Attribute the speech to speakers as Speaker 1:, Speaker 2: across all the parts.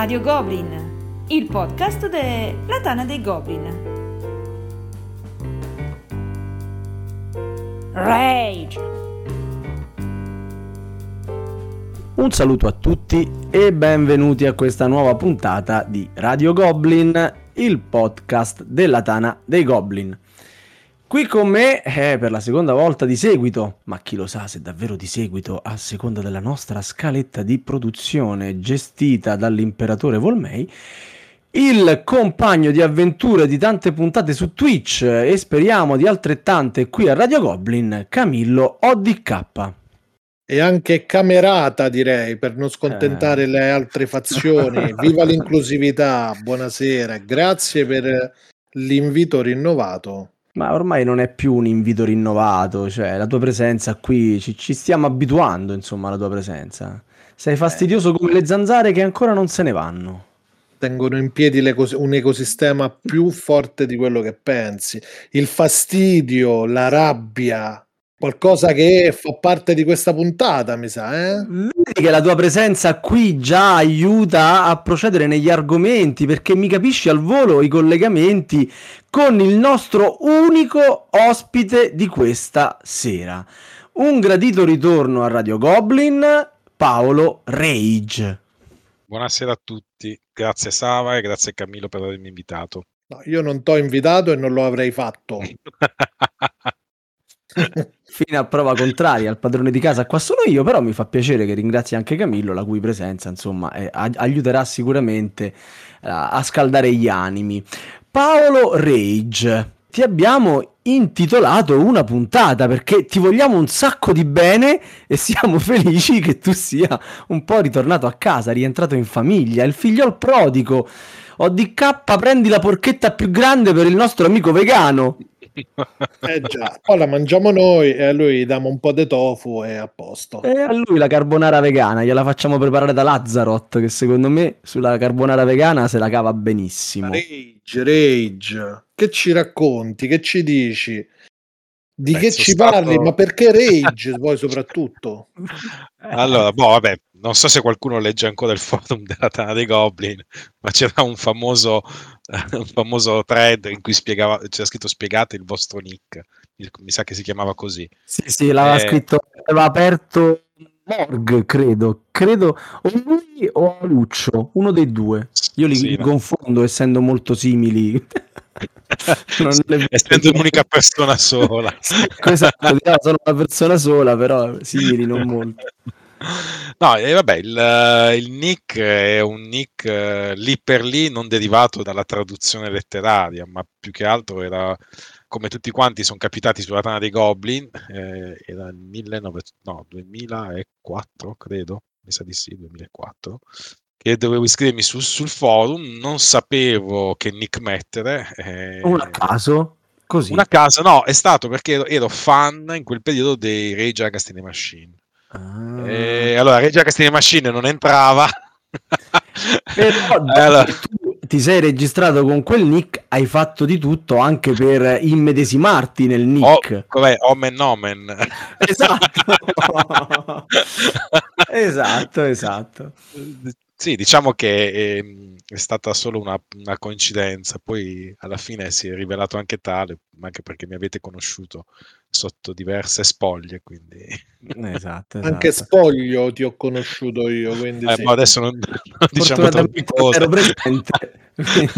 Speaker 1: Radio Goblin, il podcast della Tana dei Goblin. Rage!
Speaker 2: Un saluto a tutti e benvenuti a questa nuova puntata di Radio Goblin, il podcast della Tana dei Goblin. Qui con me, per la seconda volta di seguito, ma chi lo sa se davvero di seguito, a seconda della nostra scaletta di produzione gestita dall'imperatore Volmei, il compagno di avventure di tante puntate su Twitch e speriamo di altrettante qui a Radio Goblin, Camillo ODK.
Speaker 3: E anche camerata, direi, per non scontentare le altre fazioni. Viva l'inclusività, buonasera, grazie per l'invito rinnovato.
Speaker 2: Ma ormai non è più un invito rinnovato, cioè la tua presenza qui, ci stiamo abituando, insomma, alla tua presenza. Sei fastidioso come le zanzare che ancora non se ne vanno.
Speaker 3: Tengono in piedi un ecosistema più forte di quello che pensi. Il fastidio, la rabbia, qualcosa che fa parte di questa puntata, mi sa,
Speaker 2: Vedi che la tua presenza qui già aiuta a procedere negli argomenti, perché mi capisci al volo i collegamenti con il nostro unico ospite di questa sera. Un gradito ritorno a Radio Goblin, Paolo Rage.
Speaker 4: Buonasera a tutti, grazie Sava e grazie Camillo per avermi invitato.
Speaker 3: No, io non t'ho invitato e non lo avrei fatto.
Speaker 2: Fino a prova contraria, al padrone di casa qua sono io, però mi fa piacere che ringrazi anche Camillo, la cui presenza insomma aiuterà sicuramente a scaldare gli animi. Paolo Rage, ti abbiamo intitolato una puntata perché ti vogliamo un sacco di bene e siamo felici che tu sia un po' ritornato a casa, rientrato in famiglia, il figliol prodigo. ODK, prendi la porchetta più grande per il nostro amico vegano.
Speaker 3: Già, poi la mangiamo noi e a lui diamo un po' di tofu e a posto.
Speaker 2: E a lui la carbonara vegana gliela facciamo preparare da Lazzarot, che secondo me sulla carbonara vegana se la cava benissimo.
Speaker 3: Rage, che ci racconti, che ci dici? Di
Speaker 4: Beh,
Speaker 3: che ci parli? Ma perché Rage poi soprattutto?
Speaker 4: Allora, vabbè, non so se qualcuno legge ancora il forum della Tana dei Goblin, ma c'era un famoso thread in cui c'era scritto spiegate il vostro nick, mi sa che si chiamava così.
Speaker 2: Sì, l'aveva scritto, aveva aperto Morg, credo, o lui o Lucio, uno dei due. Io li confondo essendo molto simili.
Speaker 4: Essendo un'unica persona sola.
Speaker 2: Esatto, sono una persona sola, però simili non molto.
Speaker 4: No, vabbè, il nick è un nick lì per lì non derivato dalla traduzione letteraria, ma più che altro era, come tutti quanti sono capitati sulla Tana dei Goblin, era il 2004, credo, mi sa di sì, 2004, che dovevo iscrivermi sul forum, non sapevo che nick mettere.
Speaker 2: A caso? Così?
Speaker 4: Una caso, no, è stato perché ero fan in quel periodo dei Rage Against the Machine. Allora Rage Against the Machine non entrava.
Speaker 2: Però allora, tu ti sei registrato con quel nick, hai fatto di tutto anche per immedesimarti nel nick.
Speaker 4: Omen Omen.
Speaker 2: Esatto.
Speaker 4: Sì, diciamo che è stata solo una coincidenza, poi alla fine si è rivelato anche tale, anche perché mi avete conosciuto sotto diverse spoglie, quindi...
Speaker 2: Esatto.
Speaker 3: Anche spoglio ti ho conosciuto io, quindi sì.
Speaker 4: Ma adesso non diciamo troppe cose.
Speaker 2: Ero presente.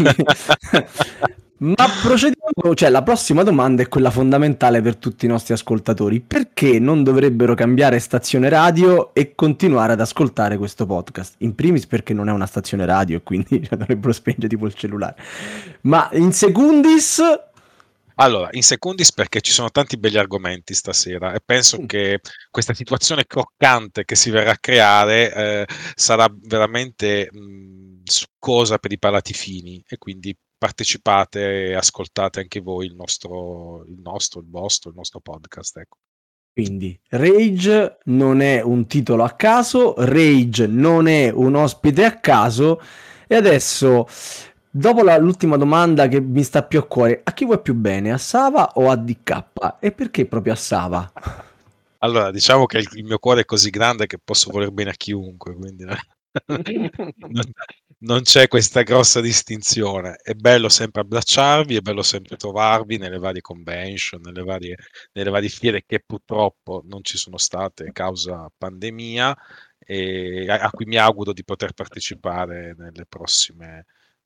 Speaker 2: Ma procediamo, cioè la prossima domanda è quella fondamentale per tutti i nostri ascoltatori: perché non dovrebbero cambiare stazione radio e continuare ad ascoltare questo podcast? In primis perché non è una stazione radio e quindi dovrebbero spengere tipo il cellulare, ma in secundis...
Speaker 4: Allora, in secundis perché ci sono tanti belli argomenti stasera e penso che questa situazione croccante che si verrà a creare sarà veramente succosa per i palati fini, e quindi partecipate e ascoltate anche voi il vostro podcast, ecco.
Speaker 2: Quindi Rage non è un titolo a caso, Rage non è un ospite a caso, e adesso, dopo l'ultima domanda che mi sta più a cuore, a chi vuoi più bene, a Sava o a DK? E perché proprio a Sava?
Speaker 4: Allora, diciamo che il mio cuore è così grande che posso voler bene a chiunque, quindi non c'è questa grossa distinzione. È bello sempre abbracciarvi, è bello sempre trovarvi nelle varie convention, nelle varie fiere che purtroppo non ci sono state causa pandemia e a cui mi auguro di poter partecipare nelle prossime,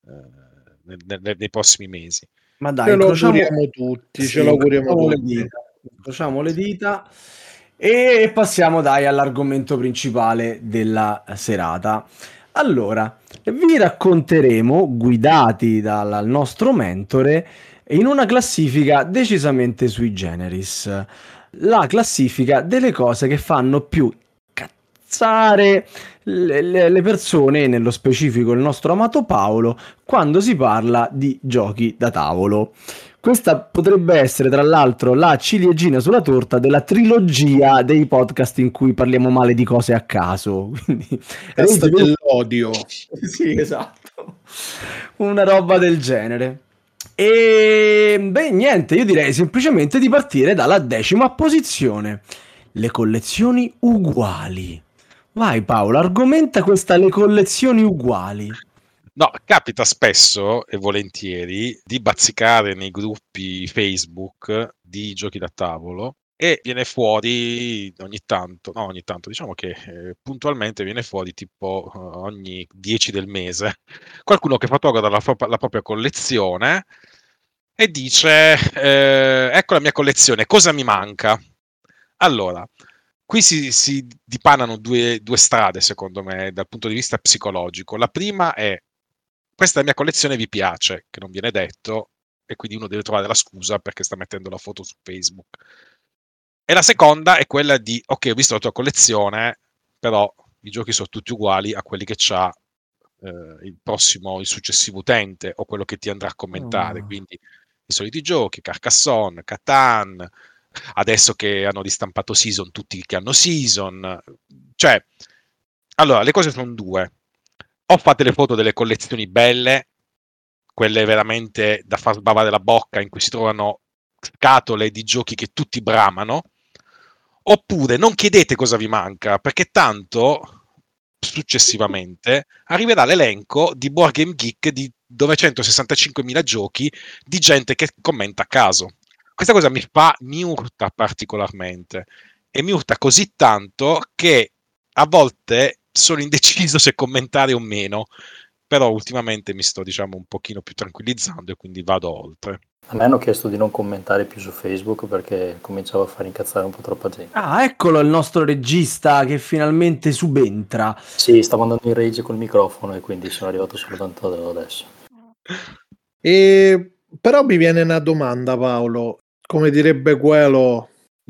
Speaker 4: nei prossimi mesi.
Speaker 2: Ma dai,
Speaker 3: Ce lo
Speaker 2: incrociamo,
Speaker 3: auguriamo tutti, ce
Speaker 2: sì,
Speaker 3: lo auguriamo
Speaker 2: incrociamo le
Speaker 3: tutti.
Speaker 2: dita, incrociamo le dita e passiamo dai all'argomento principale della serata. Allora, vi racconteremo, guidati dal nostro mentore, in una classifica decisamente sui generis, la classifica delle cose che fanno più cazzare le persone, nello specifico il nostro amato Paolo, quando si parla di giochi da tavolo. Questa potrebbe essere, tra l'altro, la ciliegina sulla torta della trilogia dei podcast in cui parliamo male di cose a caso. Quindi,
Speaker 3: Testa dell'odio.
Speaker 2: sì, esatto. Una roba del genere. E beh, niente, io direi semplicemente di partire dalla 10ª posizione. Le collezioni uguali. Vai Paolo, argomenta questa le collezioni uguali.
Speaker 4: No, capita spesso e volentieri di bazzicare nei gruppi Facebook di giochi da tavolo e viene fuori ogni tanto, diciamo che puntualmente viene fuori tipo ogni 10 del mese, qualcuno che fotografa la propria collezione e dice ecco la mia collezione, cosa mi manca? Allora, qui si dipanano due strade, secondo me, dal punto di vista psicologico. La prima è questa è la mia collezione, vi piace, che non viene detto, e quindi uno deve trovare la scusa perché sta mettendo la foto su Facebook. E la seconda è quella di, ok, ho visto la tua collezione, però i giochi sono tutti uguali a quelli che c'ha il successivo utente o quello che ti andrà a commentare. Quindi i soliti giochi, Carcassonne, Catan, adesso che hanno ristampato Season, tutti che hanno Season. Cioè, allora, le cose sono due. O fate le foto delle collezioni belle, quelle veramente da far sbavare la bocca, in cui si trovano scatole di giochi che tutti bramano, oppure non chiedete cosa vi manca, perché tanto successivamente arriverà l'elenco di Board Game Geek di 965.000 giochi di gente che commenta a caso. Questa cosa mi urta particolarmente e mi urta così tanto che a volte sono indeciso se commentare o meno, però ultimamente mi sto, diciamo, un pochino più tranquillizzando e quindi vado oltre.
Speaker 5: A me hanno chiesto di non commentare più su Facebook perché cominciavo a far incazzare un po' troppa gente.
Speaker 2: Ah, eccolo il nostro regista che finalmente subentra.
Speaker 5: Sì, stavo andando in rage col microfono e quindi sono arrivato soltanto adesso.
Speaker 3: E però mi viene una domanda, Paolo, come direbbe quello.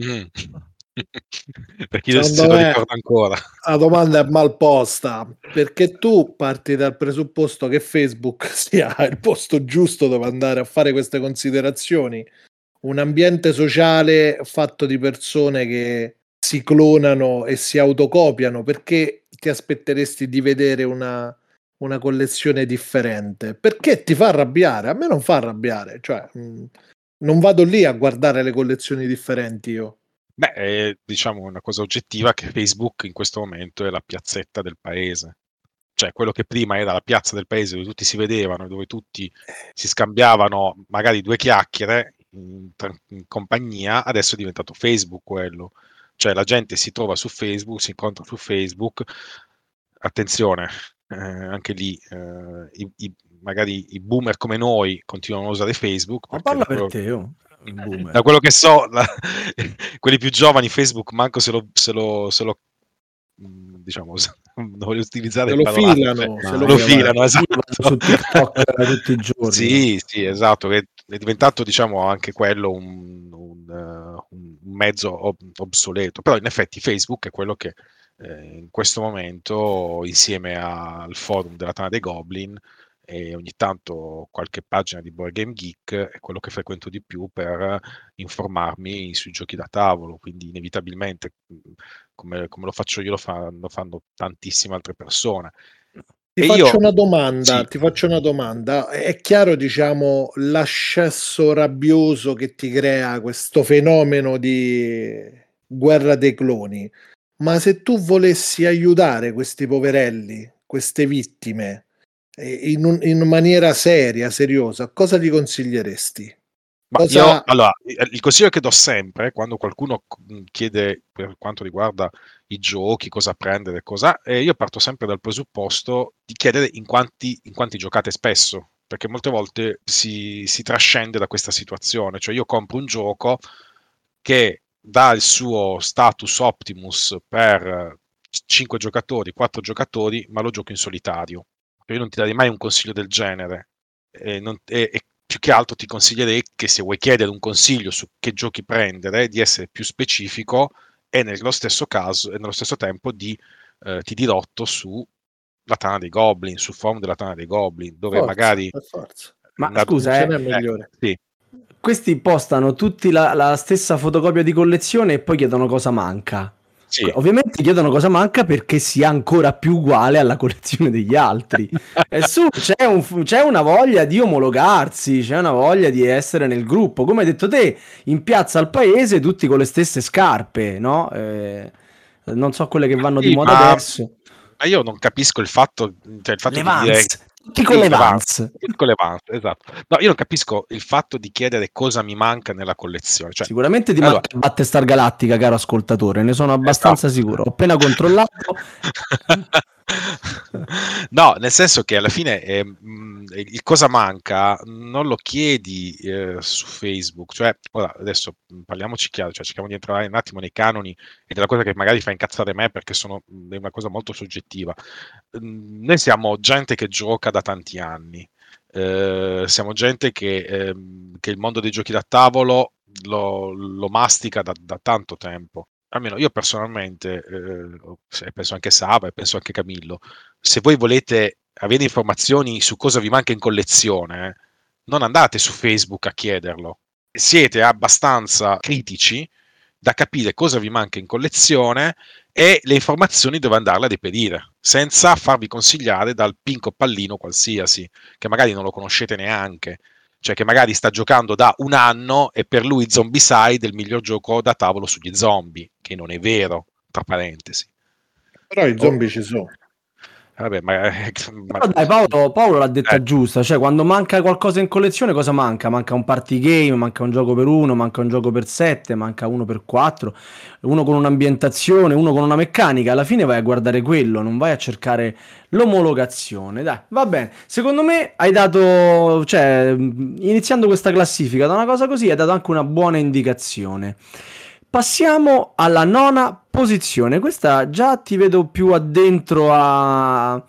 Speaker 4: Per chi se lo ricorda ancora.
Speaker 3: La domanda è mal posta, perché tu parti dal presupposto che Facebook sia il posto giusto dove andare a fare queste considerazioni, un ambiente sociale fatto di persone che si clonano e si autocopiano. Perché ti aspetteresti di vedere una collezione differente? Perché ti fa arrabbiare? A me non fa arrabbiare, cioè non vado lì a guardare le collezioni differenti io.
Speaker 4: Beh, è, diciamo, una cosa oggettiva che Facebook in questo momento è la piazzetta del paese. Cioè, quello che prima era la piazza del paese dove tutti si vedevano, dove tutti si scambiavano magari due chiacchiere in compagnia, adesso è diventato Facebook quello. Cioè, la gente si trova su Facebook, si incontra su Facebook. Attenzione, anche lì, magari i boomer come noi continuano a usare Facebook.
Speaker 2: Ma parla per te, oh.
Speaker 4: Da quello che so, quelli più giovani Facebook manco se lo diciamo, non voglio utilizzare
Speaker 3: lo filano,
Speaker 4: lo filano, esatto.
Speaker 2: Su TikTok tutti i giorni.
Speaker 4: Sì, sì, esatto, che è diventato, diciamo, anche quello un mezzo obsoleto, però in effetti Facebook è quello che in questo momento, insieme al forum della Tana dei Goblin e ogni tanto qualche pagina di Board Game Geek, è quello che frequento di più per informarmi sui giochi da tavolo, quindi inevitabilmente come lo faccio io lo fanno tantissime altre persone.
Speaker 3: Ti faccio una domanda. È chiaro, diciamo, l'ascesso rabbioso che ti crea questo fenomeno di guerra dei cloni, ma se tu volessi aiutare questi poverelli, queste vittime, in maniera seriosa, cosa gli consiglieresti?
Speaker 4: Ma io, allora, il consiglio che do sempre quando qualcuno chiede per quanto riguarda i giochi, cosa prendere, io parto sempre dal presupposto di chiedere in quanti giocate spesso, perché molte volte si trascende da questa situazione. Cioè io compro un gioco che dà il suo status Optimus per 5 giocatori, 4 giocatori, ma lo gioco in solitario. Io non ti darei mai un consiglio del genere. E più che altro ti consiglierei che, se vuoi chiedere un consiglio su che giochi prendere, di essere più specifico e nello stesso caso e nello stesso tempo ti dirotto su la Tana dei Goblin, sul forum della Tana dei Goblin, dove magari
Speaker 3: per forza.
Speaker 2: Ma scusa,
Speaker 3: Ce n'è migliore.
Speaker 4: sì.
Speaker 2: Questi postano tutti la stessa fotocopia di collezione e poi chiedono cosa manca.
Speaker 4: Sì.
Speaker 2: Ovviamente chiedono cosa manca perché sia ancora più uguale alla collezione degli altri. E c'è una voglia di omologarsi, c'è una voglia di essere nel gruppo. Come hai detto te, in piazza al paese tutti con le stesse scarpe, no? Non so quelle che vanno di moda adesso.
Speaker 4: Ma io non capisco il fatto, cioè il fatto
Speaker 2: Le
Speaker 4: di dire
Speaker 2: Vans, tutti con le Vans.
Speaker 4: tutti con le Vans, esatto. No, io non capisco il fatto di chiedere cosa mi manca nella collezione. Cioè,
Speaker 2: Sicuramente ti manca Battlestar Galactica, caro ascoltatore, ne sono abbastanza sicuro. Ho appena controllato.
Speaker 4: No, nel senso che alla fine il cosa manca non lo chiedi su Facebook. Cioè, ora, adesso parliamoci chiaro, cioè, cerchiamo di entrare un attimo nei canoni e della cosa che magari fa incazzare me, perché è una cosa molto soggettiva. Noi siamo gente che gioca da tanti anni. Siamo gente che il mondo dei giochi da tavolo lo mastica da tanto tempo. Almeno io personalmente, penso anche Sava e penso anche Camillo, se voi volete avere informazioni su cosa vi manca in collezione, non andate su Facebook a chiederlo. Siete abbastanza critici da capire cosa vi manca in collezione e le informazioni dove andarle a reperire, senza farvi consigliare dal pinco pallino qualsiasi, che magari non lo conoscete neanche. Cioè che magari sta giocando da un anno e per lui Zombicide è il miglior gioco da tavolo sugli zombie, che non è vero, tra parentesi.
Speaker 3: Però i zombie ci sono.
Speaker 4: Vabbè,
Speaker 2: Però dai, Paolo l'ha detta giusta, cioè quando manca qualcosa in collezione, cosa manca? Manca un party game, manca un gioco per 1, manca un gioco per 7, manca uno per 4, uno con un'ambientazione, uno con una meccanica. Alla fine vai a guardare quello, non vai a cercare l'omologazione. Dai, va bene. Secondo me hai dato, cioè, iniziando questa classifica da una cosa così, hai dato anche una buona indicazione. Passiamo alla 9ª posizione. Questa già ti vedo più addentro a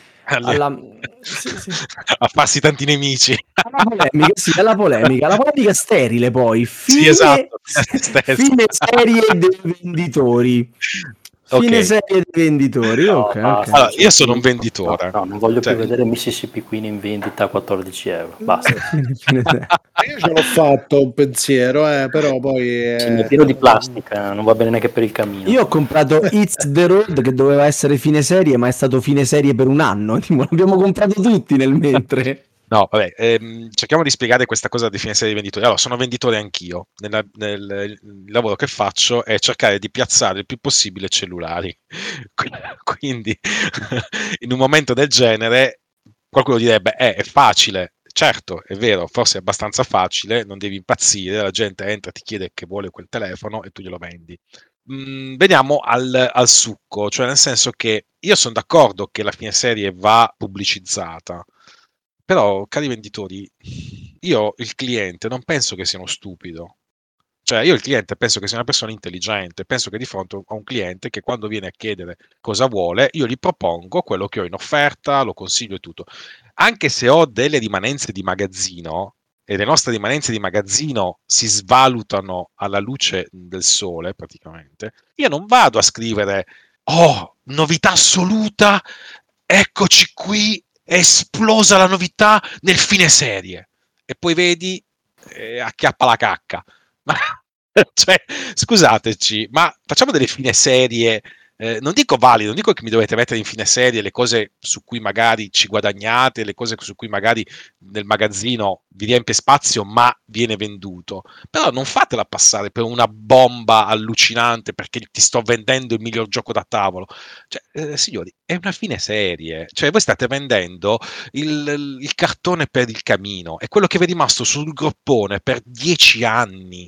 Speaker 4: farsi tanti nemici.
Speaker 2: Alla polemica sterile, poi
Speaker 4: sì, esatto.
Speaker 2: Fine serie dei venditori. Serie dei venditori. Okay.
Speaker 4: Allora, io sono un venditore.
Speaker 5: No, non voglio più vedere Mississippi Queen in vendita a 14 euro. Basta.
Speaker 3: Io ce l'ho fatto un pensiero, però poi
Speaker 5: è pieno di plastica, non va bene neanche per il cammino.
Speaker 2: Io ho comprato It's the Road, che doveva essere fine serie, ma è stato fine serie per un anno. L'abbiamo comprato tutti nel mentre.
Speaker 4: No, vabbè, cerchiamo di spiegare questa cosa di fine serie di venditori. Allora, sono venditore anch'io. Il lavoro che faccio è cercare di piazzare il più possibile cellulari. Quindi, in un momento del genere, qualcuno direbbe, è facile. Certo, è vero, forse è abbastanza facile, non devi impazzire, la gente entra, ti chiede che vuole quel telefono e tu glielo vendi. Veniamo al succo, cioè nel senso che io sono d'accordo che la fine serie va pubblicizzata. Però, cari venditori, io il cliente non penso che sia uno stupido. Cioè, io il cliente penso che sia una persona intelligente. Penso che di fronte a un cliente che quando viene a chiedere cosa vuole, io gli propongo quello che ho in offerta, lo consiglio e tutto. Anche se ho delle rimanenze di magazzino, e le nostre rimanenze di magazzino si svalutano alla luce del sole, praticamente, io non vado a scrivere, oh, novità assoluta, eccoci qui, è esplosa la novità nel fine serie, e poi vedi acchiappa la cacca. Ma cioè, scusateci, ma facciamo delle fine serie non dico valido, non dico che mi dovete mettere in fine serie le cose su cui magari ci guadagnate, le cose su cui magari nel magazzino vi riempie spazio ma viene venduto, però non fatela passare per una bomba allucinante perché ti sto vendendo il miglior gioco da tavolo. Cioè, signori, è una fine serie, cioè voi state vendendo il cartone per il camino, è quello che vi è rimasto sul groppone per 10 anni.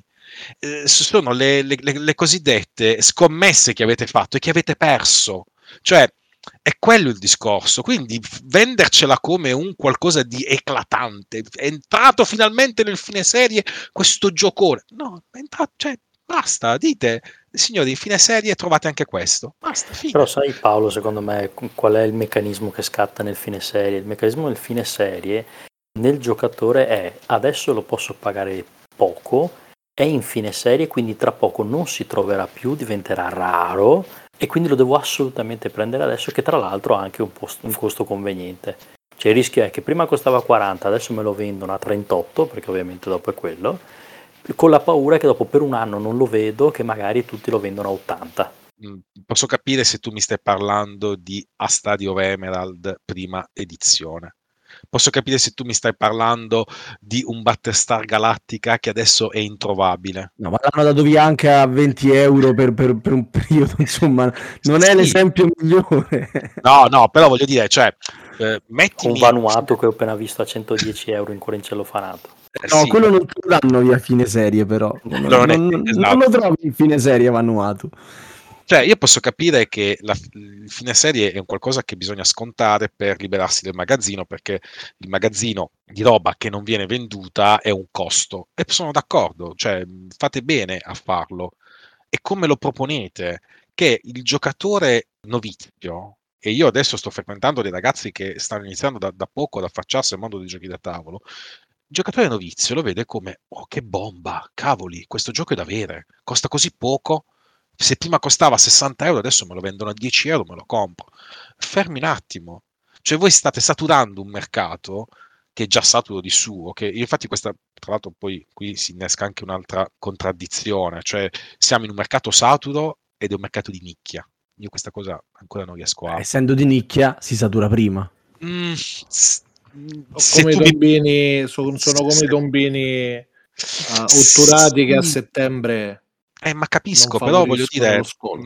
Speaker 4: Sono le cosiddette scommesse che avete fatto e che avete perso. Cioè, è quello il discorso. Quindi vendercela come un qualcosa di eclatante. È entrato finalmente nel fine serie questo giocone. No, è entrato, cioè, basta, dite, signori, in fine serie trovate anche questo. Basta, fine.
Speaker 5: Però sai Paolo, secondo me, qual è il meccanismo che scatta nel fine serie? Il meccanismo del fine serie nel giocatore è: adesso lo posso pagare poco, è in fine serie, quindi tra poco non si troverà più, diventerà raro e quindi lo devo assolutamente prendere adesso, che tra l'altro ha anche un costo conveniente. Cioè il rischio è che prima costava 40, adesso me lo vendono a 38, perché ovviamente dopo è quello, con la paura che dopo per un anno non lo vedo, che magari tutti lo vendono a 80.
Speaker 4: Posso capire se tu mi stai parlando di A Stadio of Emerald prima edizione. Posso capire se tu mi stai parlando di un Battlestar Galactica che adesso è introvabile.
Speaker 2: No, ma l'hanno dato via anche a 20 euro per un periodo, insomma, non è
Speaker 4: Sì.
Speaker 2: l'esempio migliore.
Speaker 4: No, però voglio dire, cioè, mettimi...
Speaker 5: Un Vanuatu che ho appena visto a 110 euro in cuore incelofanato.
Speaker 2: No,
Speaker 4: sì,
Speaker 2: quello non te lo danno via a fine serie, però. Non
Speaker 4: esatto.
Speaker 2: lo trovi in fine serie Vanuatu.
Speaker 4: Cioè, io posso capire che il fine serie è un qualcosa che bisogna scontare per liberarsi del magazzino, perché il magazzino di roba che non viene venduta è un costo. E sono d'accordo, cioè, fate bene a farlo. E come lo proponete? Che il giocatore novizio, e io adesso sto frequentando dei ragazzi che stanno iniziando da poco ad affacciarsi al mondo dei giochi da tavolo, il giocatore novizio lo vede come, oh che bomba, cavoli, questo gioco è da avere, costa così poco, se prima costava 60 euro adesso me lo vendono a 10 euro, me lo compro. Fermi un attimo, cioè voi state saturando un mercato che è già saturo di suo, che infatti questa, tra l'altro poi qui si innesca anche un'altra contraddizione, cioè siamo in un mercato saturo ed è un mercato di nicchia. Io questa cosa ancora non riesco a...
Speaker 2: Essendo di nicchia si satura prima.
Speaker 3: Come i tombini, sono come i tombini otturati che a settembre...
Speaker 4: ma capisco, però voglio dire...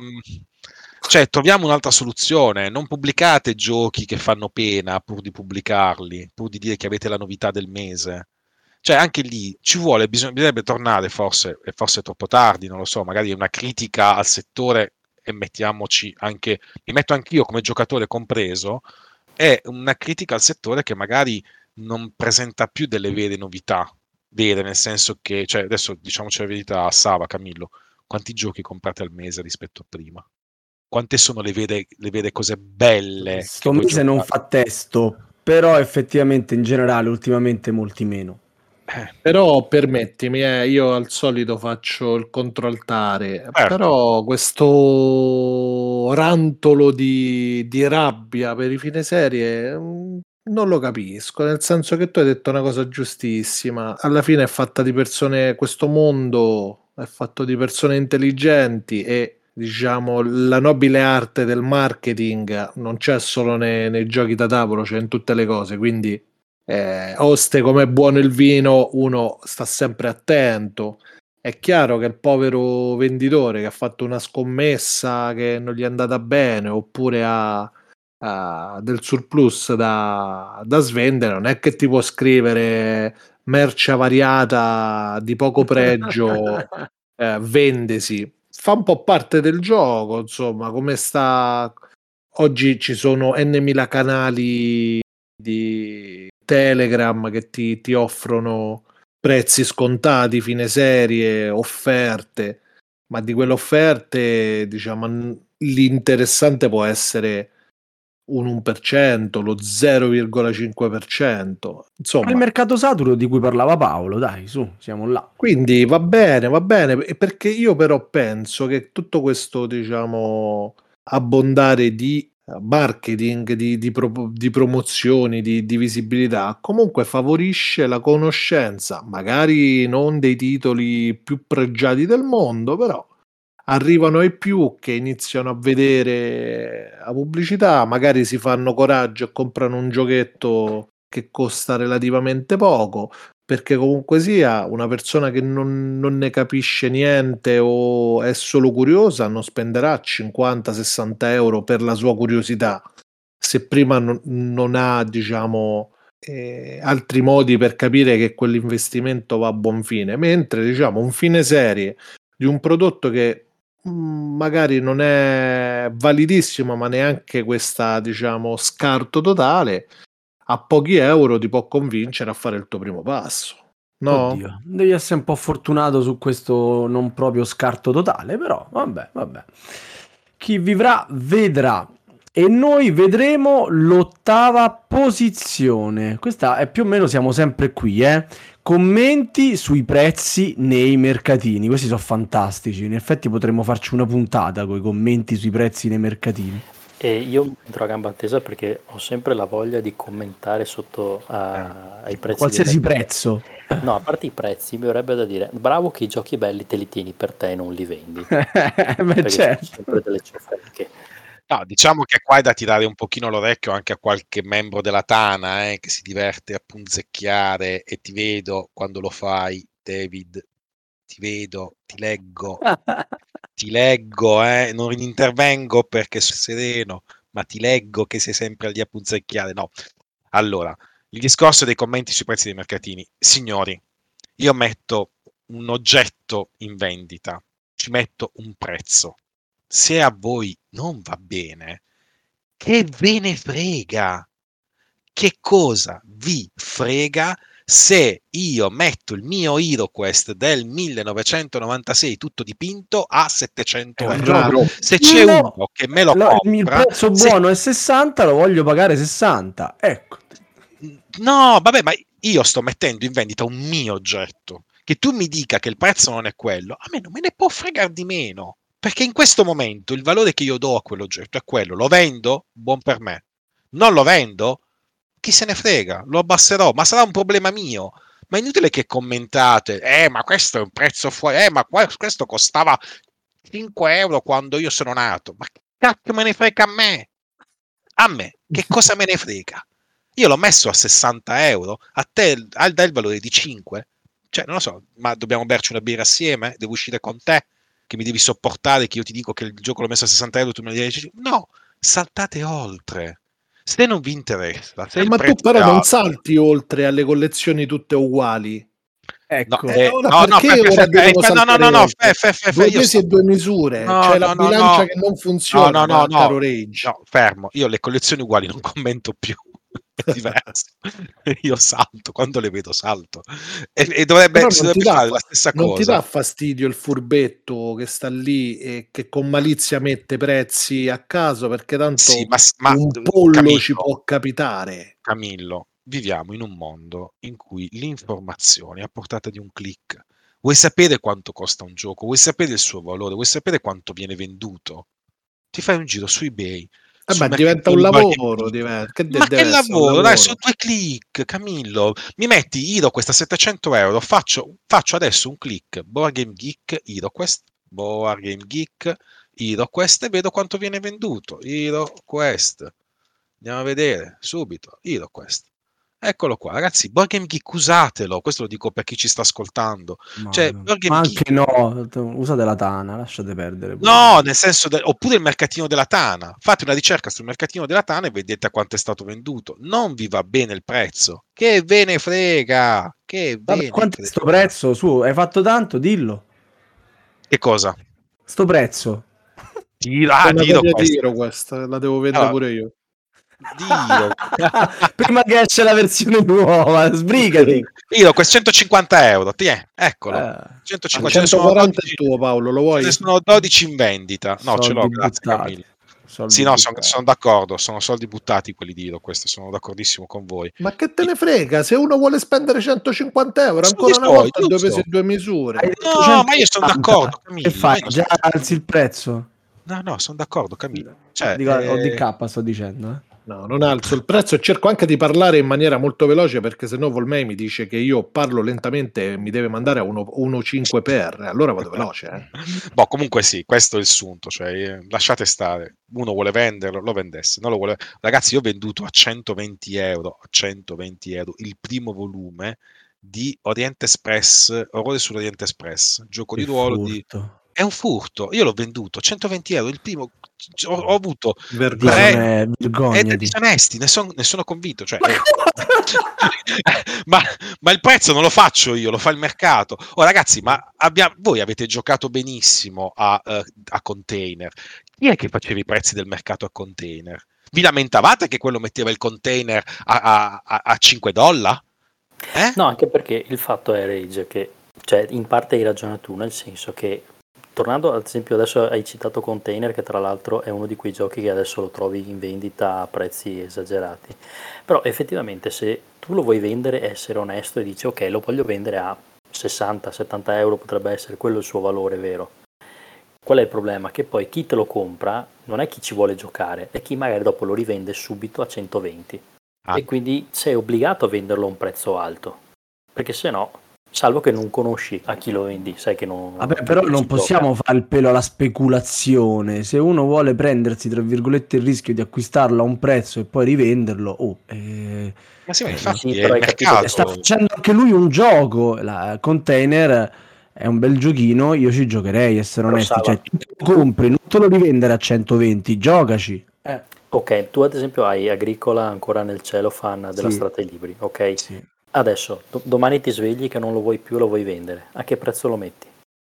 Speaker 4: cioè, troviamo un'altra soluzione. Non pubblicate giochi che fanno pena pur di pubblicarli, pur di dire che avete la novità del mese. Cioè, anche lì ci vuole, bisognerebbe tornare, forse è troppo tardi, non lo so, magari una critica al settore, e mettiamoci anche, mi metto anch'io come giocatore compreso, è una critica al settore che magari non presenta più delle vere novità, vere, nel senso che, cioè, adesso diciamoci la verità, a Sava, Camillo, quanti giochi comprate al mese rispetto a prima? Quante sono le vere cose belle?
Speaker 2: Sto mese non fa testo, però effettivamente in generale ultimamente molti meno.
Speaker 3: Però permettimi, io al solito faccio il controaltare, però questo rantolo di rabbia per i fine serie non lo capisco, nel senso che tu hai detto una cosa giustissima, alla fine è fatta di persone, questo mondo è fatto di persone intelligenti e diciamo la nobile arte del marketing non c'è solo nei giochi da tavolo, c'è in tutte le cose, quindi oste come è buono il vino, uno sta sempre attento. È chiaro che il povero venditore che ha fatto una scommessa che non gli è andata bene oppure ha del surplus da svendere, non è che ti può scrivere merce avariata di poco pregio, vendesi. Fa un po' parte del gioco, insomma, come sta oggi ci sono n.000 canali di Telegram che ti offrono prezzi scontati, fine serie, offerte, ma di quelle offerte, diciamo, l'interessante può essere un 1%, lo 0,5%, insomma.
Speaker 2: Il mercato saturo di cui parlava Paolo, dai, su, siamo là.
Speaker 3: Quindi va bene, perché io però penso che tutto questo, diciamo, abbondare di marketing, di promozioni, di visibilità, comunque favorisce la conoscenza, magari non dei titoli più pregiati del mondo, però arrivano ai più che iniziano a vedere la pubblicità, magari si fanno coraggio e comprano un giochetto che costa relativamente poco, perché comunque sia una persona che non ne capisce niente o è solo curiosa non spenderà 50-60 euro per la sua curiosità, se prima non ha, diciamo, altri modi per capire che quell'investimento va a buon fine, mentre diciamo un fine serie di un prodotto che magari non è validissimo, ma neanche questa, diciamo, scarto totale, a pochi euro ti può convincere a fare il tuo primo passo, no?
Speaker 2: Oddio, devi essere un po' fortunato su questo non proprio scarto totale, però vabbè. Chi vivrà vedrà. E noi vedremo l'8ª posizione. Questa è più o meno, siamo sempre qui, Commenti sui prezzi nei mercatini. Questi sono fantastici. In effetti potremmo farci una puntata con i commenti sui prezzi nei mercatini.
Speaker 5: E io entro a gamba tesa perché ho sempre la voglia di commentare sotto ai prezzi.
Speaker 2: Qualsiasi prezzo.
Speaker 5: No, a parte i prezzi, mi verrebbe da dire, bravo che i giochi belli te li tieni per te e non li vendi.
Speaker 2: Beh, certo.
Speaker 5: Sono sempre delle ciofeche.
Speaker 4: No, diciamo che qua è da tirare un pochino l'orecchio anche a qualche membro della Tana, che si diverte a punzecchiare, e ti vedo quando lo fai, David, ti vedo, ti leggo, non intervengo perché sono sereno, ma ti leggo che sei sempre lì a punzecchiare. No, allora, il discorso dei commenti sui prezzi dei mercatini. Signori, io metto un oggetto in vendita, ci metto un prezzo. Se a voi non va bene, che ve ne frega? Che cosa vi frega se io metto il mio HeroQuest del 1996 tutto dipinto a 700 euro? Se c'è uno che me lo compra,
Speaker 2: il prezzo buono è 60, lo voglio pagare 60. Ecco.
Speaker 4: No, vabbè, ma io sto mettendo in vendita un mio oggetto. Che tu mi dica che il prezzo non è quello, a me non me ne può fregare di meno. Perché in questo momento il valore che io do a quell'oggetto è quello. Lo vendo? Buon per me. Non lo vendo? Chi se ne frega? Lo abbasserò, ma sarà un problema mio. Ma è inutile che commentate, ma questo è un prezzo fuori, ma questo costava 5 euro quando io sono nato. Ma che cazzo me ne frega a me? A me, che cosa me ne frega? Io l'ho messo a 60 euro, a te dai il valore di 5? Cioè, non lo so, ma dobbiamo berci una birra assieme? Devo uscire con te? Che mi devi sopportare, che io ti dico che il gioco l'ho messo a 60 euro, tu me lo dici? No, saltate oltre. Se non vi interessa, se
Speaker 3: ma tu però non salti oltre alle collezioni tutte uguali.
Speaker 2: Ecco.
Speaker 3: No, due pesi e due misure. C'è la bilancia che non funziona. Caro Rage.
Speaker 4: No, fermo. Io le collezioni uguali non commento più. È diverso. Io salto, quando le vedo salto. E dovrebbe fare la stessa cosa.
Speaker 3: Non ti dà fastidio il furbetto che sta lì e che con malizia mette prezzi a caso, perché tanto
Speaker 4: sì, ma
Speaker 3: un pollo Camillo, ci può capitare.
Speaker 4: Camillo, viviamo in un mondo in cui l'informazione è a portata di un click. Vuoi sapere quanto costa un gioco? Vuoi sapere il suo valore? Vuoi sapere quanto viene venduto? Ti fai un giro su eBay.
Speaker 3: Ma diventa un lavoro,
Speaker 4: che lavoro? Dai, su 2 click, Camillo. Mi metti HeroQuest a 700 euro, faccio adesso un click, Board Game Geek, HeroQuest, Board Game Geek, HeroQuest, e vedo quanto viene venduto. HeroQuest. Andiamo a vedere subito. HeroQuest. Eccolo qua, ragazzi. Board Game Geek, usatelo. Questo lo dico per chi ci sta ascoltando.
Speaker 2: Ma anche no, usate la Tana, lasciate perdere.
Speaker 4: No, nel senso, oppure il mercatino della Tana. Fate una ricerca sul mercatino della Tana e vedete a quanto è stato venduto. Non vi va bene il prezzo. Che ve ne frega?
Speaker 2: Quanto è sto prezzo? Su, hai fatto tanto? Dillo.
Speaker 4: Che cosa?
Speaker 2: Sto prezzo.
Speaker 3: Tiro questa, la devo vendere pure io.
Speaker 4: Dio.
Speaker 2: Prima che esce la versione nuova, sbrigati.
Speaker 4: Io questo 150 euro, eccolo.
Speaker 3: 140 è tuo, Paolo, lo vuoi?
Speaker 4: Ce ne sono 12 in vendita. No, ce l'ho, grazie Camillo. Sì, no, sono d'accordo, sono soldi buttati quelli di questo, sono d'accordissimo con voi.
Speaker 3: Ma che te ne frega, se uno vuole spendere 150 euro, ancora una volta 2 pesi e 2 misure.
Speaker 4: No, ma io sono d'accordo, Camillo.
Speaker 2: Che fai? Già alzi il prezzo?
Speaker 4: No, sono d'accordo, Camillo. Cioè,
Speaker 2: DK sto dicendo,
Speaker 3: No, non alzo il prezzo e cerco anche di parlare in maniera molto veloce, perché sennò Volmei mi dice che io parlo lentamente e mi deve mandare a 1.5 per, allora vado veloce.
Speaker 4: Boh, comunque sì, questo è il sunto, cioè lasciate stare, uno vuole venderlo, lo vendesse, non lo vuole. Ragazzi, io ho venduto a 120 euro il primo volume di Oriente Express, Orrore sull'Oriente Express, gioco di
Speaker 2: Che
Speaker 4: ruolo di...
Speaker 2: furto.
Speaker 4: È un furto, io l'ho venduto a 120 euro, il primo, ho avuto
Speaker 3: Vergogna.
Speaker 2: Vergognati.
Speaker 4: disonesti, ne sono convinto, cioè, ma il prezzo non lo faccio io, lo fa il mercato. Oh ragazzi, ma voi avete giocato benissimo a container. Chi è che faceva i prezzi del mercato a container? Vi lamentavate che quello metteva il container a $5?
Speaker 5: No, anche perché il fatto è, Rage, che cioè, in parte hai ragione tu, nel senso che, tornando ad esempio, adesso hai citato Container, che tra l'altro è uno di quei giochi che adesso lo trovi in vendita a prezzi esagerati, però effettivamente se tu lo vuoi vendere, essere onesto e dici ok, lo voglio vendere a 60-70 euro, potrebbe essere quello il suo valore vero. Qual è il problema? Che poi chi te lo compra non è chi ci vuole giocare, è chi magari dopo lo rivende subito a 120. E quindi sei obbligato a venderlo a un prezzo alto, perché se no, salvo che non conosci a chi lo vendi, sai che non...
Speaker 2: Vabbè, però non possiamo fare il pelo alla speculazione. Se uno vuole prendersi, tra virgolette, il rischio di acquistarlo a un prezzo e poi rivenderlo,
Speaker 4: Ma sì, ma infatti
Speaker 5: sì,
Speaker 4: è
Speaker 5: però
Speaker 4: il
Speaker 5: hai capito
Speaker 4: mercato.
Speaker 5: che
Speaker 2: sta facendo anche lui un gioco. La Container è un bel giochino, io ci giocherei, essere
Speaker 5: Però
Speaker 2: onesti.
Speaker 5: Sava,
Speaker 2: Cioè, tu lo compri, non te lo rivendere a 120, giocaci.
Speaker 5: ok, tu ad esempio hai Agricola ancora nel cellophane della
Speaker 2: Sì.
Speaker 5: Strada ai Libri, ok?
Speaker 2: Sì.
Speaker 5: Adesso, domani ti svegli che non lo vuoi più, lo vuoi vendere. A che prezzo lo metti?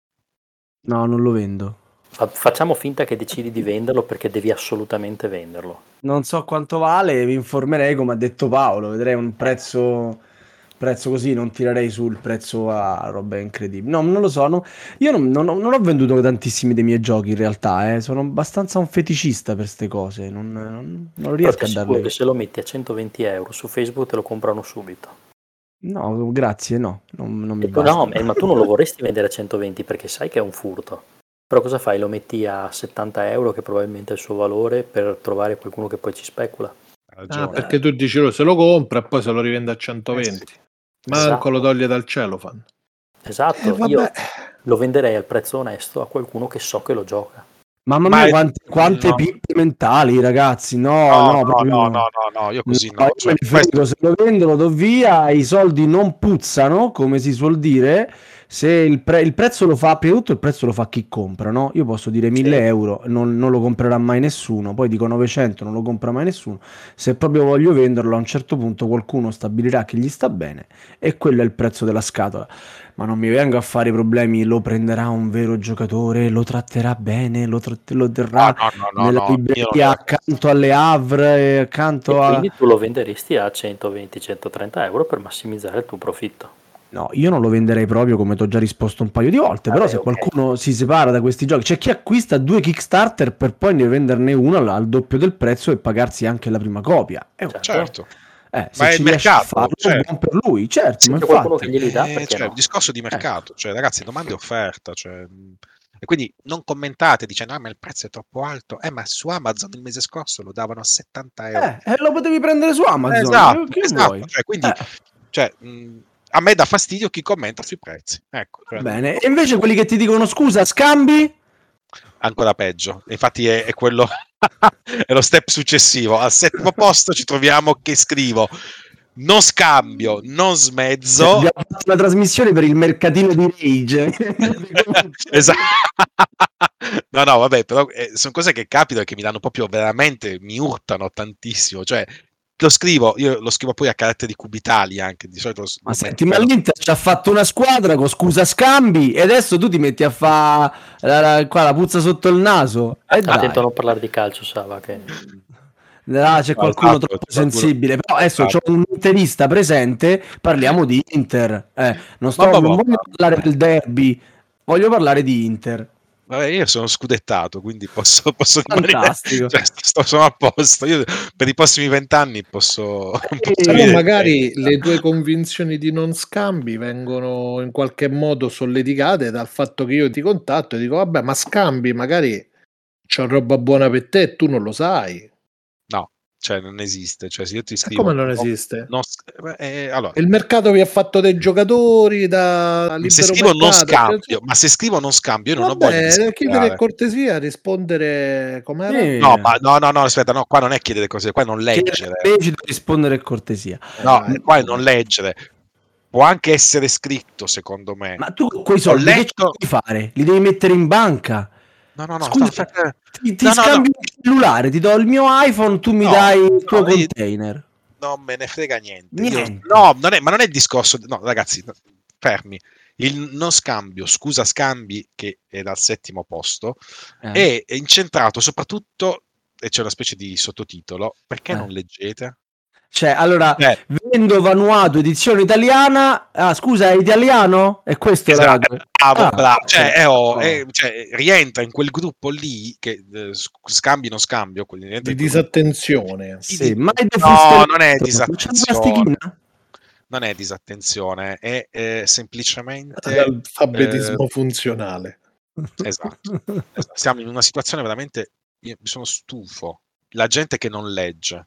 Speaker 2: No, non lo vendo.
Speaker 5: Facciamo finta che decidi di venderlo perché devi assolutamente venderlo.
Speaker 2: Non so quanto vale, vi informerei come ha detto Paolo, vedrei un prezzo così, non tirerei sul prezzo a roba incredibile. No, non lo so, io non ho venduto tantissimi dei miei giochi in realtà, sono abbastanza un feticista per ste cose, non
Speaker 5: Però
Speaker 2: riesco
Speaker 5: ti
Speaker 2: a
Speaker 5: assicuro
Speaker 2: darle...
Speaker 5: che se lo metti a 120 euro su Facebook te lo comprano subito.
Speaker 2: No, grazie, no, non mi
Speaker 5: No,
Speaker 2: basta.
Speaker 5: ma tu non lo vorresti vendere a 120 perché sai che è un furto. Però cosa fai? Lo metti a 70 euro, che probabilmente è il suo valore, per trovare qualcuno che poi ci specula.
Speaker 3: Perché tu dici se lo compra e poi se lo rivende a 120.
Speaker 4: Sì.
Speaker 3: Manco
Speaker 5: Esatto.
Speaker 3: lo toglie dal cellophane.
Speaker 5: Esatto,
Speaker 3: vabbè.
Speaker 5: io lo venderei al prezzo onesto a qualcuno che so che lo gioca.
Speaker 2: Mamma
Speaker 4: Ma
Speaker 2: mia, quante
Speaker 4: no.
Speaker 2: pippe mentali, ragazzi. No, proprio
Speaker 4: No, io così no.
Speaker 2: io
Speaker 4: Cioè,
Speaker 2: me ne frego, se lo vendo lo do via, i soldi non puzzano, come si suol dire. Se il prezzo lo fa, prima di tutto il prezzo lo fa chi compra, no? Io posso dire 1000
Speaker 5: Sì.
Speaker 2: euro, non lo comprerà mai nessuno, poi dico 900, non lo compra mai nessuno. Se proprio voglio venderlo, a un certo punto qualcuno stabilirà che gli sta bene e quello è il prezzo della scatola. Ma non mi vengo a fare i problemi, lo prenderà un vero giocatore, lo tratterà bene, lo terrà nella
Speaker 4: io
Speaker 2: libreria accanto alle Havre, accanto
Speaker 5: E
Speaker 2: a...
Speaker 5: quindi tu lo venderesti a 120-130 euro per massimizzare il tuo profitto.
Speaker 2: No, io non lo venderei proprio, come ti ho già risposto un paio di volte, però se
Speaker 5: ok.
Speaker 2: qualcuno si separa da questi giochi, c'è chi acquista 2 Kickstarter per poi ne venderne uno al doppio del prezzo e pagarsi anche la prima copia.
Speaker 4: Certo.
Speaker 2: Se
Speaker 4: Ma è
Speaker 2: ci
Speaker 4: il
Speaker 2: riesce a
Speaker 4: mercato,
Speaker 2: farlo,
Speaker 4: cioè,
Speaker 2: buon per lui, certo,
Speaker 5: Se
Speaker 2: ma
Speaker 5: c'è qualcuno che
Speaker 2: infatti...
Speaker 5: glieli dà, perché
Speaker 4: cioè,
Speaker 5: no?
Speaker 4: il discorso di mercato, cioè, ragazzi, domanda e offerta, cioè, e quindi non commentate dicendo ma il prezzo è troppo alto, ma su Amazon il mese scorso lo davano a 70 euro.
Speaker 2: Lo potevi prendere su Amazon,
Speaker 4: Esatto,
Speaker 2: che vuoi?
Speaker 4: cioè, quindi a me dà fastidio chi commenta sui prezzi, ecco, cioè,
Speaker 2: Bene, e invece quelli che ti dicono scusa, scambi?
Speaker 4: ancora peggio, infatti è quello è lo step successivo. Al 7° posto ci troviamo che scrivo non scambio, non smezzo.
Speaker 2: Abbiamo fatto una trasmissione per il mercatino di Rage.
Speaker 4: Esatto. No, vabbè, però sono cose che capitano e che mi danno proprio veramente, mi urtano tantissimo. Cioè, io lo scrivo poi a caratteri cubitali anche, di solito
Speaker 2: Ma senti, ma l'Inter ci ha fatto una squadra con scusa scambi e adesso tu ti metti a fare qua la puzza sotto il naso.
Speaker 5: Attento a non parlare di calcio, Sava, che...
Speaker 2: C'è qualcuno
Speaker 4: esatto,
Speaker 2: troppo sensibile, però adesso c'ho un interista presente, parliamo di Inter. Non voglio parlare del derby, voglio parlare di Inter.
Speaker 4: Vabbè, io sono scudettato, quindi posso
Speaker 2: Fantastico.
Speaker 4: rimanere, sono a posto. Io per i prossimi 20 anni posso
Speaker 3: Però magari le tue convinzioni di non scambi vengono in qualche modo solleticate dal fatto che io ti contatto e dico vabbè, ma scambi, magari c'ho roba buona per te e tu non lo sai.
Speaker 4: No, cioè non esiste. Cioè, se io ti scrivo
Speaker 3: Come non esiste?
Speaker 4: allora,
Speaker 3: Il mercato vi ha fatto dei giocatori da libero
Speaker 4: se scrivo non
Speaker 3: mercato,
Speaker 4: scambio, ma se scrivo non scambio, io non ho voglia di
Speaker 3: vabbè, chiedere
Speaker 4: scambiare.
Speaker 3: cortesia, rispondere com'era?
Speaker 2: Sì.
Speaker 4: No, ma no, aspetta, no, qua non è chiedere cose, qua non leggere.
Speaker 2: Che è lecito rispondere cortesia.
Speaker 4: No,
Speaker 3: dai.
Speaker 4: qua è non leggere. Può anche essere scritto, secondo me.
Speaker 2: Ma tu con quei
Speaker 4: Ho
Speaker 2: soldi che ci
Speaker 4: letto.
Speaker 2: devi fare? Li devi mettere in banca.
Speaker 4: No,
Speaker 2: Scusa,
Speaker 4: aspetta.
Speaker 2: ti
Speaker 4: No,
Speaker 2: scambio il cellulare, ti do il mio iPhone, tu mi dai il tuo container.
Speaker 4: Non me ne frega niente.
Speaker 2: Niente.
Speaker 4: No, ma non è il discorso. No, ragazzi, fermi. Il non scambio, scusa scambi, che è dal 7° posto, è incentrato soprattutto, e c'è una specie di sottotitolo, perché non leggete?
Speaker 2: Cioè, allora, vendo Vanuatu edizione italiana. Ah, scusa, è italiano? E questo
Speaker 4: Esatto, bravo.
Speaker 2: okay.
Speaker 4: Cioè, rientra in quel gruppo lì che scambi non scambio
Speaker 3: di disattenzione.
Speaker 2: Sì, ma
Speaker 4: no, non è disattenzione. Non è disattenzione, è semplicemente
Speaker 3: alfabetismo funzionale.
Speaker 4: Esatto. Siamo in una situazione veramente, io mi sono stufo. La gente che non legge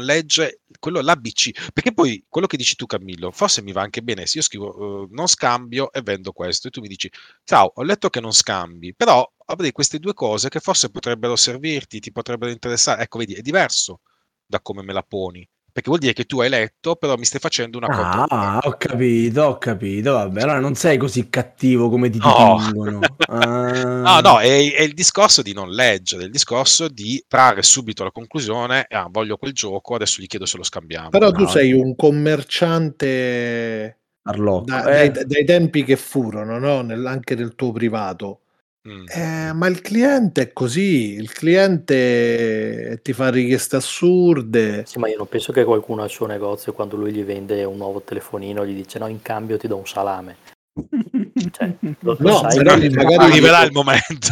Speaker 4: quello l'ABC, perché poi quello che dici tu, Camillo, forse mi va anche bene se io scrivo non scambio e vendo questo, e tu mi dici ciao, ho letto che non scambi, però avrei queste due cose che forse potrebbero servirti, ti potrebbero interessare. Ecco, vedi, è diverso da come me la poni, perché vuol dire che tu hai letto, però mi stai facendo una controofferta.
Speaker 2: Ah, ho capito, vabbè, allora non sei così cattivo come ti dipingono.
Speaker 4: No, è il discorso di non leggere, il discorso di trarre subito la conclusione, voglio quel gioco, adesso gli chiedo se lo scambiamo.
Speaker 3: Però tu sei un commerciante dai tempi che furono, no? Anche nel tuo privato. Ma il cliente è così, il cliente ti fa richieste assurde.
Speaker 5: Sì, ma io non penso che qualcuno al suo negozio, quando lui gli vende un nuovo telefonino, gli dice no, in cambio ti do un salame. Cioè,
Speaker 3: no,
Speaker 5: sai,
Speaker 3: magari
Speaker 4: arriverà il momento.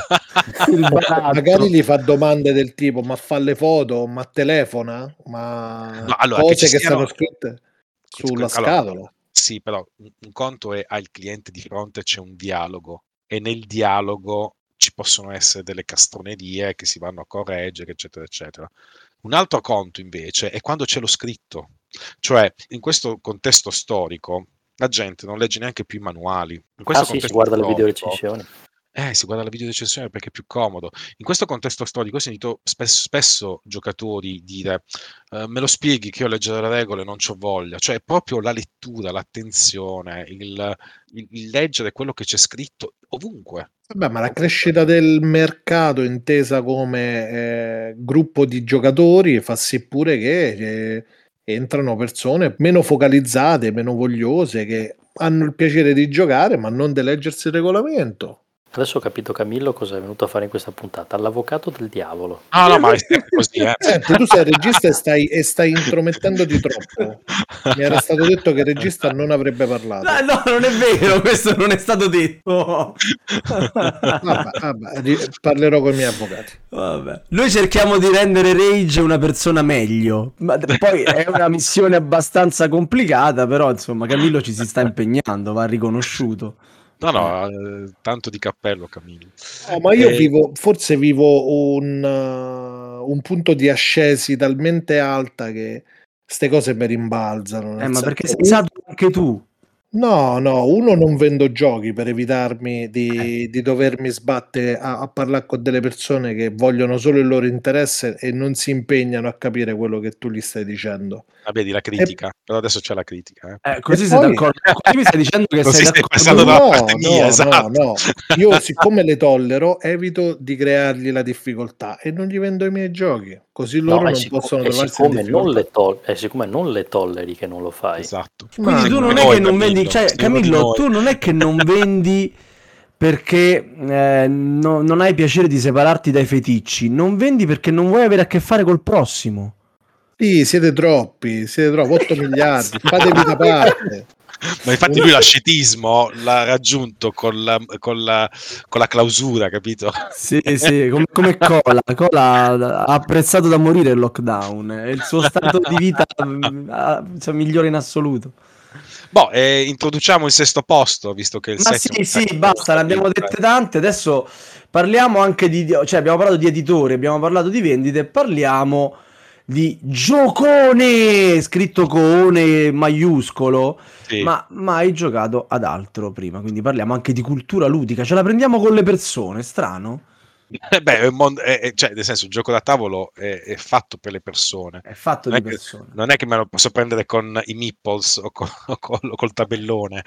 Speaker 3: Magari gli fa domande del tipo ma fa le foto, ma telefona, ma
Speaker 4: allora,
Speaker 3: cose che stanno scritte sulla scatola.
Speaker 4: Sì, però un conto è al cliente di fronte, c'è un dialogo, e nel dialogo ci possono essere delle castronerie che si vanno a correggere, eccetera, eccetera. Un altro conto invece è quando c'è lo scritto, cioè in questo contesto storico la gente non legge neanche più i manuali. In questo
Speaker 5: si guarda le video recensioni.
Speaker 4: Si guarda la video recensione perché è più comodo. In questo contesto storico ho sentito spesso giocatori dire me lo spieghi che io leggere le regole non c'ho voglia. Cioè proprio la lettura, l'attenzione, il leggere quello che c'è scritto ovunque.
Speaker 3: Vabbè, ma la crescita del mercato intesa come gruppo di giocatori fa sì pure che entrano persone meno focalizzate, meno vogliose, che hanno il piacere di giocare ma non di leggersi il regolamento.
Speaker 5: Adesso ho capito, Camillo, cosa è venuto a fare in questa puntata. L'avvocato del diavolo.
Speaker 4: No, ma è sempre così.
Speaker 3: Senti, tu sei il regista e stai intromettendoti troppo. Mi era stato detto che il regista non avrebbe parlato.
Speaker 2: No, non è vero, questo non è stato detto.
Speaker 3: Vabbè, parlerò con i miei avvocati.
Speaker 2: Vabbè. Noi cerchiamo di rendere Rage una persona meglio, ma poi è una missione abbastanza complicata, però insomma Camillo ci si sta impegnando, va riconosciuto.
Speaker 4: No, tanto di cappello, Camillo.
Speaker 3: No, ma io vivo un punto di ascesi talmente alta che ste cose mi rimbalzano.
Speaker 2: Ma perché sei saturo anche tu?
Speaker 3: No, uno non vendo giochi per evitarmi di dovermi sbattere a parlare con delle persone che vogliono solo il loro interesse e non si impegnano a capire quello che tu gli stai dicendo.
Speaker 4: Vedi la critica, però adesso c'è la critica.
Speaker 2: Così sei d'accordo? Così mi stai dicendo che sei
Speaker 4: d'accordo?
Speaker 3: No. Io siccome le tollero evito di creargli la difficoltà e non gli vendo i miei giochi, così loro non possono trovarsi in difficoltà.
Speaker 5: Siccome non le tolleri che non lo fai.
Speaker 4: Esatto.
Speaker 2: Quindi tu non è che non vendi, cioè Camillo, tu non è che non vendi perché non hai piacere di separarti dai feticci, non vendi perché non vuoi avere a che fare col prossimo.
Speaker 3: Sì, siete troppi, 8 miliardi, fatevi da parte.
Speaker 4: Ma infatti lui l'ascetismo l'ha raggiunto con la clausura, capito?
Speaker 2: Sì, come Cola ha apprezzato da morire il lockdown, è il suo stato di vita migliore in assoluto.
Speaker 4: Introduciamo il 6° posto, visto che il settimo...
Speaker 2: Sì, basta, ne abbiamo dette tante, adesso parliamo anche abbiamo parlato di editori, abbiamo parlato di vendite, parliamo di giocone, scritto con maiuscolo,
Speaker 4: Sì.
Speaker 2: ma mai giocato ad altro prima. Quindi parliamo anche di cultura ludica, ce la prendiamo con le persone, strano.
Speaker 4: Beh, cioè, nel senso, il gioco da tavolo è fatto per le persone.
Speaker 2: È fatto
Speaker 4: Non
Speaker 2: di
Speaker 4: è che,
Speaker 2: persone.
Speaker 4: non è che me lo posso prendere con i meeples o col tabellone.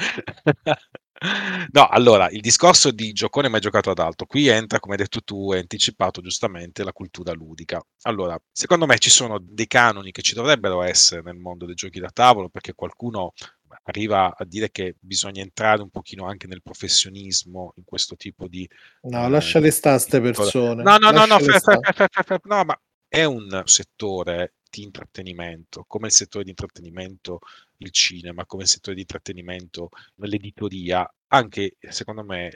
Speaker 4: No, allora, il discorso di giocone mai giocato ad altro. Qui entra, come hai detto tu, hai anticipato giustamente, la cultura ludica. Allora, secondo me ci sono dei canoni che ci dovrebbero essere nel mondo dei giochi da tavolo, perché qualcuno arriva a dire che bisogna entrare un pochino anche nel professionismo in questo tipo di
Speaker 3: No, lasciale sta ste persone.
Speaker 4: no,
Speaker 3: Lasciale sta.
Speaker 4: no, ma è un settore di intrattenimento, come il settore di intrattenimento il cinema, come il settore di intrattenimento l'editoria, anche secondo me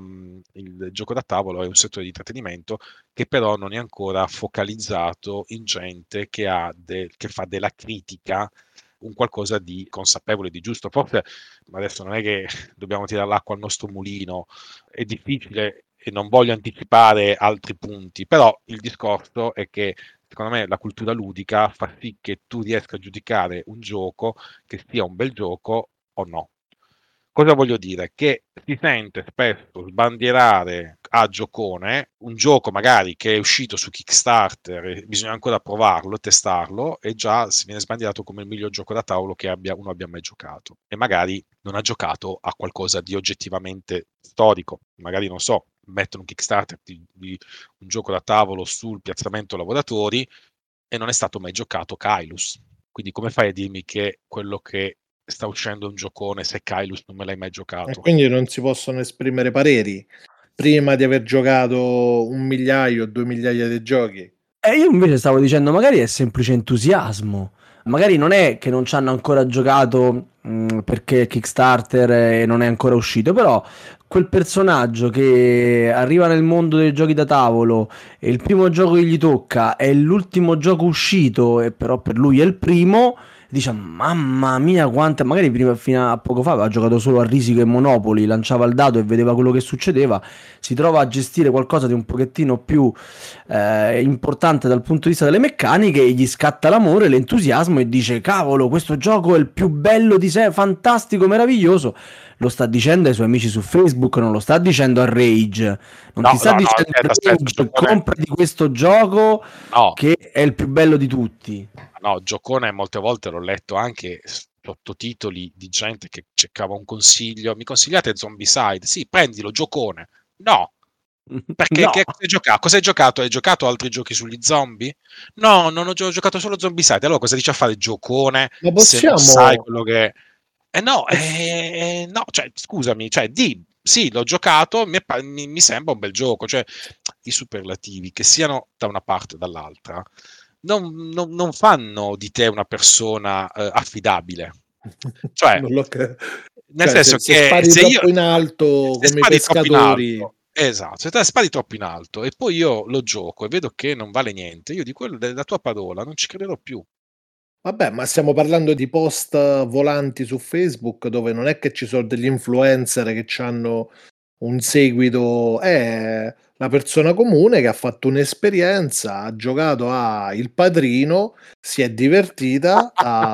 Speaker 4: il gioco da tavolo è un settore di intrattenimento che però non è ancora focalizzato in gente che fa della critica un qualcosa di consapevole, di giusto. Forse adesso non è che dobbiamo tirare l'acqua al nostro mulino, è difficile e non voglio anticipare altri punti, però il discorso è che secondo me la cultura ludica fa sì che tu riesca a giudicare un gioco che sia un bel gioco o no. Cosa voglio dire? Che si sente spesso sbandierare a giocone un gioco magari che è uscito su Kickstarter e bisogna ancora provarlo, testarlo, e già si viene sbandierato come il miglior gioco da tavolo che uno abbia mai giocato. E magari non ha giocato a qualcosa di oggettivamente storico. Magari, non so, mettono un Kickstarter di un gioco da tavolo sul piazzamento lavoratori e non è stato mai giocato Kailus. Quindi come fai a dirmi che quello che sta uscendo un giocone se Kailus non me l'hai mai
Speaker 3: E
Speaker 4: giocato?
Speaker 3: quindi non si possono esprimere pareri prima di aver giocato 1 migliaio, 2 migliaia di giochi.
Speaker 2: Io invece stavo dicendo, magari è semplice entusiasmo. Magari non è che non ci hanno ancora giocato perché Kickstarter non è ancora uscito, però quel personaggio che arriva nel mondo dei giochi da tavolo e il primo gioco che gli tocca è l'ultimo gioco uscito e però per lui è il primo, dice mamma mia quanta, magari prima, fino a poco fa aveva giocato solo a Risico e Monopoli, lanciava il dado e vedeva quello che succedeva, si trova a gestire qualcosa di un pochettino più importante dal punto di vista delle meccaniche e gli scatta l'amore, l'entusiasmo e dice cavolo, questo gioco è il più bello di sé, fantastico, meraviglioso. Lo sta dicendo ai suoi amici su Facebook, non lo sta dicendo a Rage, non ti sta dicendo Rage, comprati questo gioco che è il più bello di tutti.
Speaker 4: No, giocone molte volte l'ho letto anche sottotitoli di gente che cercava un consiglio. Mi consigliate Zombicide? Sì, prendilo, giocone. No, perché
Speaker 2: No.
Speaker 4: che cosa hai giocato? Hai giocato altri giochi sugli zombie? No, non ho giocato solo Zombicide. Allora cosa dici a fare giocone
Speaker 3: Ma
Speaker 4: se non
Speaker 3: possiamo
Speaker 4: sai quello che... no, cioè, scusami, cioè, sì, l'ho giocato, mi sembra un bel gioco, cioè i superlativi, che siano da una parte o dall'altra, non fanno di te una persona affidabile. Cioè,
Speaker 3: non l'ho
Speaker 4: nel
Speaker 3: cioè,
Speaker 4: senso
Speaker 3: se
Speaker 4: che
Speaker 3: spari
Speaker 4: se
Speaker 3: troppo
Speaker 4: io
Speaker 3: in alto
Speaker 4: se
Speaker 3: come i
Speaker 4: spari troppo in
Speaker 3: pescatori,
Speaker 4: alto, esatto, se te la spari troppo in alto e poi io lo gioco e vedo che non vale niente, io di quello della tua parola non ci crederò più.
Speaker 3: vabbè, ma stiamo parlando di post volanti su Facebook dove non è che ci sono degli influencer che c'hanno un seguito, è la persona comune che ha fatto un'esperienza, ha giocato a Il Padrino, si è divertita,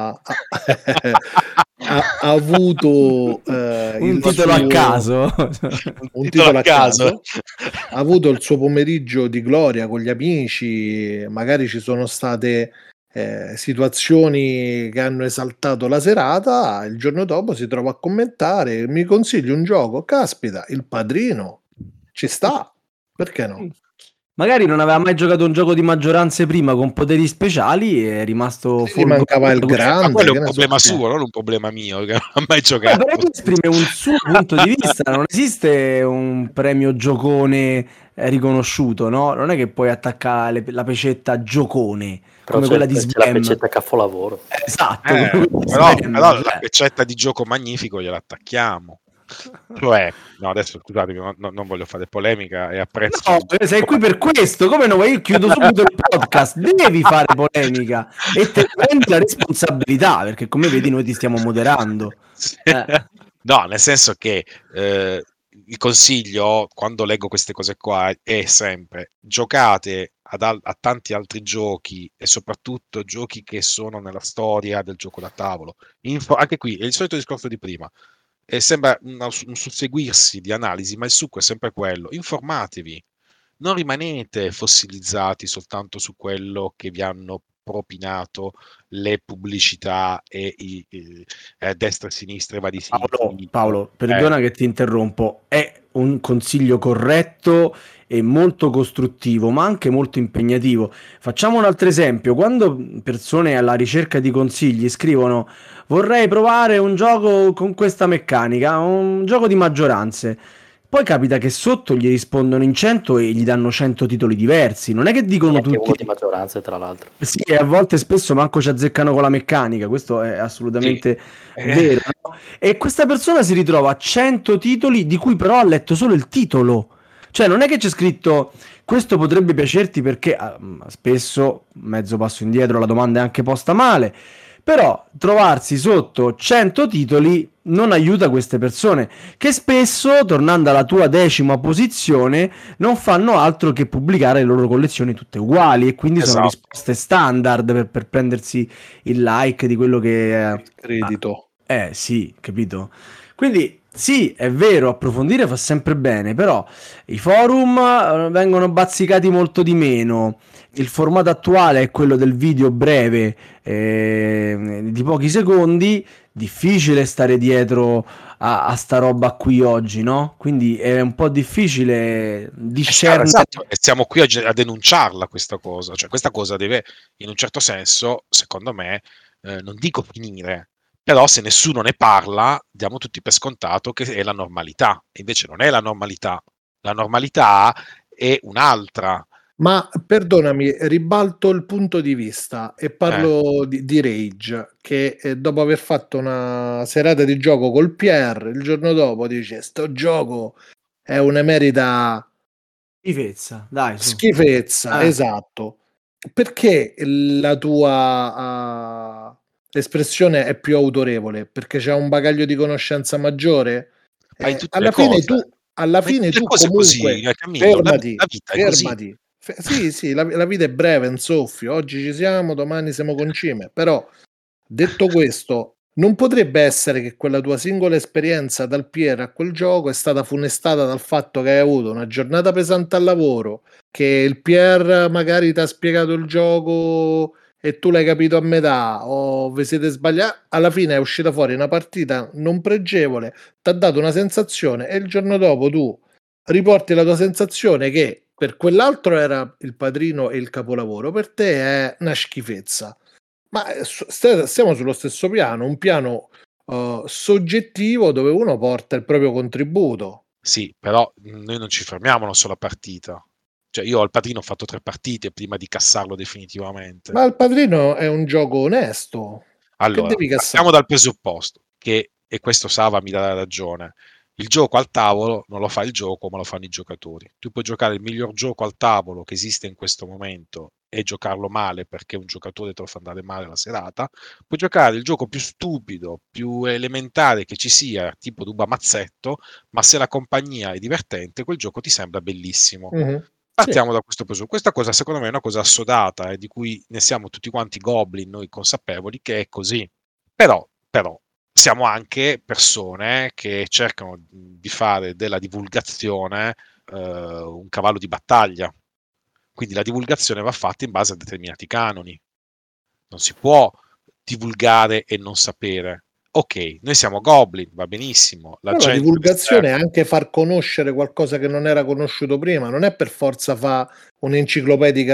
Speaker 3: ha avuto
Speaker 2: un
Speaker 3: il
Speaker 2: titolo a
Speaker 3: suo
Speaker 2: caso.
Speaker 3: un titolo a caso, ha avuto il suo pomeriggio di gloria con gli amici, magari ci sono state situazioni che hanno esaltato la serata, il giorno dopo si trova a commentare, mi consigli un gioco? Caspita, Il Padrino, ci sta, perché no?
Speaker 2: Magari non aveva mai giocato un gioco di maggioranze prima con poteri speciali e è rimasto
Speaker 3: Gli mancava il
Speaker 4: Ma
Speaker 3: grande,
Speaker 4: quello è
Speaker 3: che
Speaker 4: un
Speaker 3: ne so.
Speaker 4: problema suo, non un problema mio, che non ha mai
Speaker 2: Beh,
Speaker 4: giocato.
Speaker 2: però lui esprime un suo punto di vista, non esiste un premio giocone riconosciuto, no? Non è che puoi attaccare la pecetta giocone
Speaker 5: Però
Speaker 2: come quella di
Speaker 5: c'è la
Speaker 2: Sbam.
Speaker 5: pecetta capolavoro.
Speaker 2: Esatto, come quella di
Speaker 4: Però
Speaker 2: Sbam,
Speaker 4: la
Speaker 2: cioè.
Speaker 4: pecetta di gioco magnifico gliela attacchiamo. Cioè, no, adesso scusatemi, non voglio fare polemica e apprezzo.
Speaker 2: No, sei qui per questo, come no? Io chiudo subito il podcast, devi fare polemica e te ne prendi la responsabilità, perché come vedi noi ti stiamo moderando.
Speaker 4: No, nel senso che il consiglio, quando leggo queste cose qua, è sempre giocate a tanti altri giochi, e soprattutto giochi che sono nella storia del gioco da tavolo. Anche qui è il solito discorso di prima, e sembra un susseguirsi di analisi, ma il succo è sempre quello: informatevi, non rimanete fossilizzati soltanto su quello che vi hanno propinato le pubblicità e destra e sinistra, i vari siti.
Speaker 2: Paolo, perdona che ti interrompo, è un consiglio corretto e molto costruttivo, ma anche molto impegnativo. Facciamo un altro esempio: quando persone alla ricerca di consigli scrivono vorrei provare un gioco con questa meccanica, un gioco di maggioranze, poi capita che sotto gli rispondono in 100 e gli danno 100 titoli diversi. Non è che dicono
Speaker 5: Neanche uno
Speaker 2: tutti
Speaker 5: di maggioranza, tra l'altro.
Speaker 2: sì, e a volte spesso manco ci azzeccano con la meccanica, questo è assolutamente vero, no? E questa persona si ritrova a 100 titoli di cui però ha letto solo il titolo. Cioè non è che c'è scritto questo potrebbe piacerti perché spesso, mezzo passo indietro, la domanda è anche posta male. Però trovarsi sotto 100 titoli non aiuta queste persone, che spesso, tornando alla tua 10ª posizione, non fanno altro che pubblicare le loro collezioni tutte uguali, e quindi sono
Speaker 4: Esatto.
Speaker 2: risposte standard per prendersi il like di quello che
Speaker 3: Il credito.
Speaker 2: sì, capito? Quindi sì, è vero, approfondire fa sempre bene, però i forum vengono bazzicati molto di meno. Il formato attuale è quello del video breve, di pochi secondi. Difficile stare dietro a sta roba qui oggi, no? Quindi è un po' difficile discernere.
Speaker 4: Esatto, e siamo qui a denunciarla questa cosa. Cioè, questa cosa deve, in un certo senso, secondo me, non dico finire, però se nessuno ne parla, diamo tutti per scontato che è la normalità. E invece non è la normalità. La normalità è un'altra.
Speaker 3: Ma perdonami, ribalto il punto di vista e parlo di Rage, che dopo aver fatto una serata di gioco col PR, il giorno dopo dice sto gioco è un'emerita
Speaker 2: Schifezza, dai, su.
Speaker 3: schifezza, esatto. Perché la tua espressione è più autorevole? Perché c'è un bagaglio di conoscenza maggiore?
Speaker 4: Ma in tutte le
Speaker 3: Alla fine
Speaker 4: cose.
Speaker 3: alla
Speaker 4: Ma in
Speaker 3: fine
Speaker 4: tutte le
Speaker 3: tu
Speaker 4: cose
Speaker 3: comunque
Speaker 4: così, Camillo, la
Speaker 3: fermati,
Speaker 4: vita è così.
Speaker 3: fermati. Sì, la vita è breve, è un soffio. Oggi ci siamo, domani siamo concime. Però, detto questo, non potrebbe essere che quella tua singola esperienza dal PR a quel gioco è stata funestata dal fatto che hai avuto una giornata pesante al lavoro, che il PR magari ti ha spiegato il gioco e tu l'hai capito a metà, o vi siete sbagliati. Alla fine è uscita fuori una partita non pregevole, ti ha dato una sensazione e il giorno dopo tu riporti la tua sensazione che per quell'altro era il Padrino e il capolavoro, per te è una schifezza. Ma stiamo sullo stesso piano, un piano soggettivo dove uno porta il proprio contributo.
Speaker 4: Sì, però noi non ci fermiamo a una sola partita. Cioè, io al Padrino ho fatto 3 partite prima di cassarlo definitivamente.
Speaker 3: Ma il Padrino è un gioco onesto. Che
Speaker 4: Allora,
Speaker 3: devi
Speaker 4: partiamo
Speaker 3: cassare?
Speaker 4: dal presupposto che, e questo Sava mi dà ragione, il gioco al tavolo non lo fa il gioco, ma lo fanno i giocatori. Tu puoi giocare il miglior gioco al tavolo che esiste in questo momento e giocarlo male perché un giocatore te lo fa andare male la serata. Puoi giocare il gioco più stupido, più elementare che ci sia, tipo Duba Mazzetto, ma se la compagnia è divertente, quel gioco ti sembra bellissimo.
Speaker 3: Mhm. Sì.
Speaker 4: Partiamo da questo presupposto. Questa cosa, secondo me, è una cosa assodata, di cui ne siamo tutti quanti goblin, noi consapevoli che è così. Però siamo anche persone che cercano di fare della divulgazione un cavallo di battaglia. Quindi la divulgazione va fatta in base a determinati canoni. Non si può divulgare e non sapere. Ok, noi siamo goblin, va benissimo. La
Speaker 3: Però la
Speaker 4: gente
Speaker 3: divulgazione è anche far conoscere qualcosa che non era conosciuto prima, non è per forza fa un'enciclopedica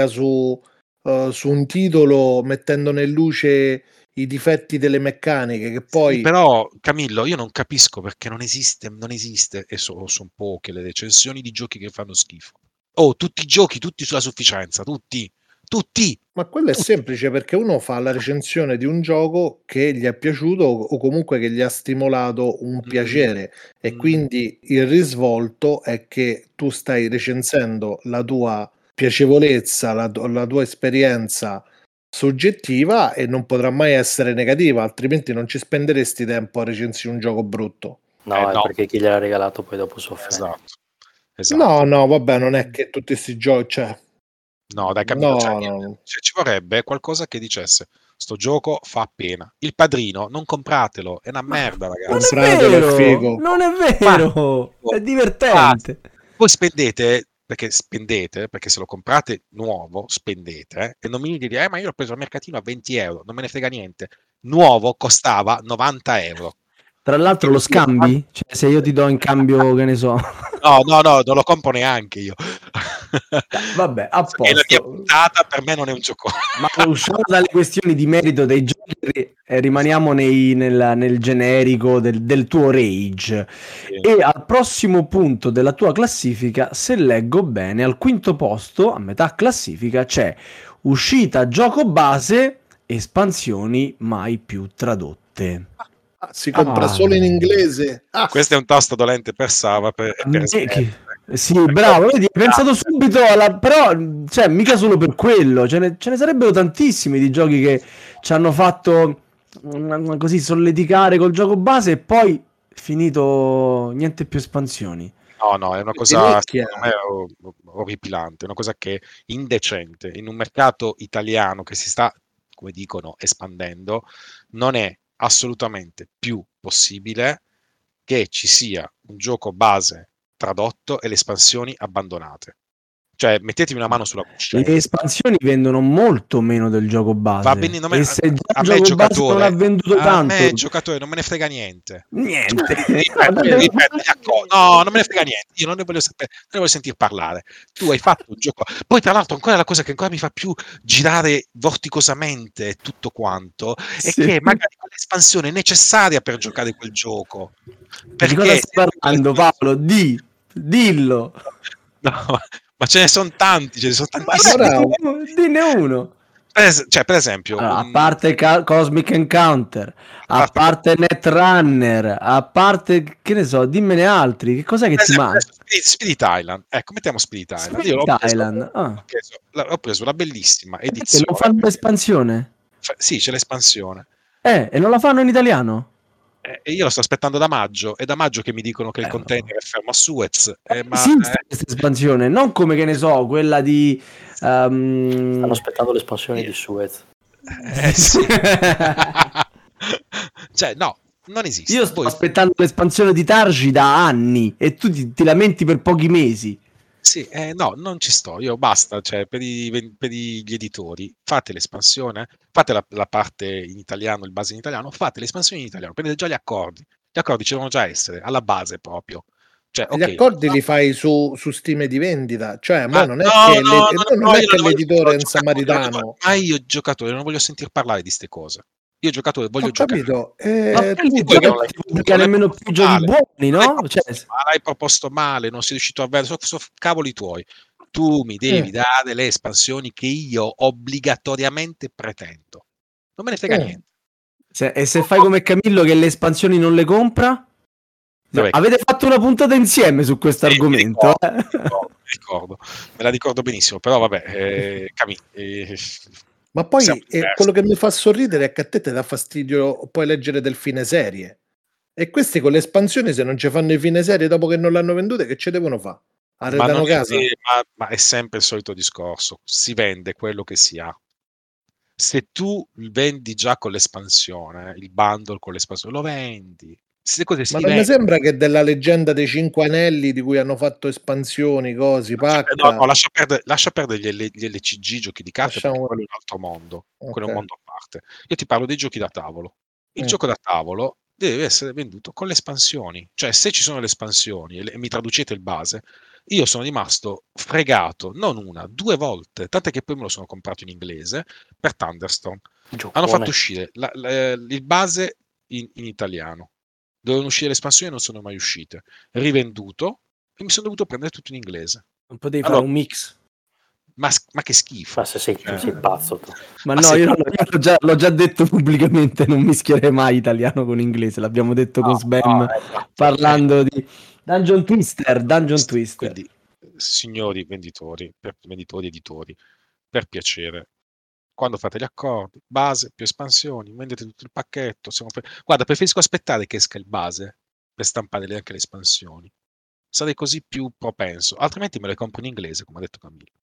Speaker 3: su un titolo mettendone in luce i difetti delle meccaniche che
Speaker 4: Sì,
Speaker 3: poi
Speaker 4: però Camillo, io non capisco perché non esiste e sono poche le recensioni di giochi che fanno schifo. Oh, tutti i giochi, tutti sulla sufficienza, tutti,
Speaker 3: ma quello è
Speaker 4: tutti.
Speaker 3: semplice perché uno fa la recensione di un gioco che gli è piaciuto o comunque che gli ha stimolato un
Speaker 4: Mm,
Speaker 3: piacere e
Speaker 4: mm.
Speaker 3: quindi il risvolto è che tu stai recensendo la tua piacevolezza, la tua esperienza soggettiva e non potrà mai essere negativa, altrimenti non ci spenderesti tempo a recensire un gioco brutto.
Speaker 5: No, è
Speaker 4: No,
Speaker 5: perché chi gliel'ha regalato poi dopo si offende.
Speaker 4: esatto, esatto.
Speaker 3: No, vabbè, non è che tutti questi giochi, cioè
Speaker 4: No, dai Camillo,
Speaker 3: No.
Speaker 4: ci vorrebbe qualcosa che dicesse sto gioco fa pena. Il Padrino, non compratelo, è una merda,
Speaker 2: Non
Speaker 4: ragazzi.
Speaker 2: è
Speaker 3: Compratelo, è
Speaker 2: vero,
Speaker 3: figo.
Speaker 2: non è vero, è divertente.
Speaker 4: Voi spendete perché se lo comprate nuovo, spendete, e non mi dite, ma io l'ho preso al mercatino a 20 euro, non me ne frega niente. Nuovo costava 90 euro.
Speaker 2: Tra l'altro lo scambi? Cioè, se io ti do in cambio, che ne so.
Speaker 4: No, non lo compro neanche io.
Speaker 2: Vabbè, a
Speaker 4: È la mia
Speaker 2: posto.
Speaker 4: puntata, per me non è un gioco.
Speaker 2: Ma usciamo dalle questioni di merito dei giochi e rimaniamo nel generico del tuo rage.
Speaker 4: Sì.
Speaker 2: E al prossimo punto della tua classifica, se leggo bene, al quinto posto, a metà classifica, c'è uscita gioco base, espansioni mai più tradotte.
Speaker 3: Si compra solo in inglese.
Speaker 4: Questo è un tasto dolente per Sava.
Speaker 2: Sì, bravo, vedi, hai pensato subito però, cioè, mica solo per quello, ce ne sarebbero tantissimi di giochi che ci hanno fatto così solleticare col gioco base e poi finito niente più espansioni.
Speaker 4: No, è una cosa secondo me orripilante, una cosa che è indecente. In un mercato italiano che si sta, come dicono, espandendo, non è assolutamente più possibile che ci sia un gioco base tradotto e le espansioni abbandonate. Cioè, mettetemi una mano sulla coscienza.
Speaker 2: Le espansioni vendono molto meno del gioco base.
Speaker 4: Va bene,
Speaker 2: e se già
Speaker 4: a
Speaker 2: il
Speaker 4: me
Speaker 2: gioco base non ha venduto tanto,
Speaker 4: me giocatore non me ne frega niente.
Speaker 2: Niente.
Speaker 4: No, non me ne frega niente. Io non ne voglio sapere, non ne voglio sentire parlare. Tu hai fatto un gioco. Poi, tra l'altro, ancora la cosa che ancora mi fa più girare vorticosamente tutto quanto è che magari quell'espansione è necessaria per giocare quel gioco.
Speaker 2: Di cosa stai parlando, Paolo? Dillo.
Speaker 4: No, ma ce ne sono tanti, ce ne sono tantissimi.
Speaker 2: Dinne uno.
Speaker 4: Cioè, per esempio,
Speaker 2: allora, a parte Cosmic Encounter, a parte Netrunner, a parte, che ne so, dimmene altri. Che cos'è che ti manca?
Speaker 4: Spirit Island. Ecco, mettiamo Spirit Island. Io ho preso la bellissima edizione.
Speaker 2: Che non fanno l'espansione?
Speaker 4: Sì, c'è l'espansione.
Speaker 2: E non la fanno in italiano?
Speaker 4: E io lo sto aspettando da maggio. È da maggio che mi dicono che il container è fermo a Suez.
Speaker 2: Ma esiste questa espansione, non come, che ne so, quella di...
Speaker 5: Stanno aspettando l'espansione di Suez.
Speaker 4: Sì. Cioè, no, non esiste.
Speaker 2: Io sto aspettando l'espansione di Targi da anni e tu ti lamenti per pochi mesi.
Speaker 4: Sì, no, non ci sto. Io basta, cioè, per gli editori, fate l'espansione, fate la parte in italiano, il base in italiano, fate l'espansione in italiano, prendete già gli accordi. Gli accordi ci devono già essere, alla base proprio. Cioè,
Speaker 3: gli accordi li fai su stime di vendita, cioè non è che l'editore è un samaritano.
Speaker 4: Ma io giocatore non voglio sentir parlare di ste cose. Io giocatore voglio giocare.
Speaker 2: Ma nemmeno più giochi buoni, no?
Speaker 4: L'hai proposto male, non sei riuscito a vedere, sono cavoli tuoi. Tu mi devi dare le espansioni che io obbligatoriamente pretendo. Non me ne frega niente.
Speaker 2: E se fai come Camillo che le espansioni non le compra? Avete fatto una puntata insieme su questo argomento?
Speaker 4: Ricordo, me la ricordo benissimo, però vabbè,
Speaker 3: ma poi quello che mi fa sorridere è che a te dà fastidio poi leggere del fine serie, e questi con le espansioni, se non ci fanno i fine serie dopo che non l'hanno vendute, che ci devono fare? Arredano casa?
Speaker 4: Ma è sempre il solito discorso, si vende quello che si ha. Se tu vendi già con l'espansione, il bundle con l'espansione, lo vendi.
Speaker 3: Ma non mi sembra che della Leggenda dei Cinque Anelli, di cui hanno fatto espansioni, cosi, pacca...
Speaker 4: No, lascia perdere gli LCG, giochi di carte, perché quello è un altro mondo, quello è un mondo a parte. Io ti parlo dei giochi da tavolo. Il gioco da tavolo deve essere venduto con le espansioni. Cioè, se ci sono le espansioni e mi traducete il base, io sono rimasto fregato, non una, 2 volte, tant'è che poi me lo sono comprato in inglese per Thunderstorm. Hanno fatto uscire il base in italiano. Dovevano uscire le espansioni e non sono mai uscite. Rivenduto e mi sono dovuto prendere tutto in inglese.
Speaker 2: Non potevi fare un mix?
Speaker 4: Ma che schifo.
Speaker 5: Ma se sei pazzo tu.
Speaker 2: Ma no, io l'ho già detto pubblicamente, non mischierei mai italiano con inglese, l'abbiamo detto con Sbam parlando di Dungeon Twister.
Speaker 4: Quindi, signori venditori, editori, per piacere, quando fate gli accordi, base più espansioni, vendete tutto il pacchetto. Guarda, preferisco aspettare che esca il base per stampare anche le espansioni. Sarei così più propenso, altrimenti me le compro in inglese, come ha detto Camillo.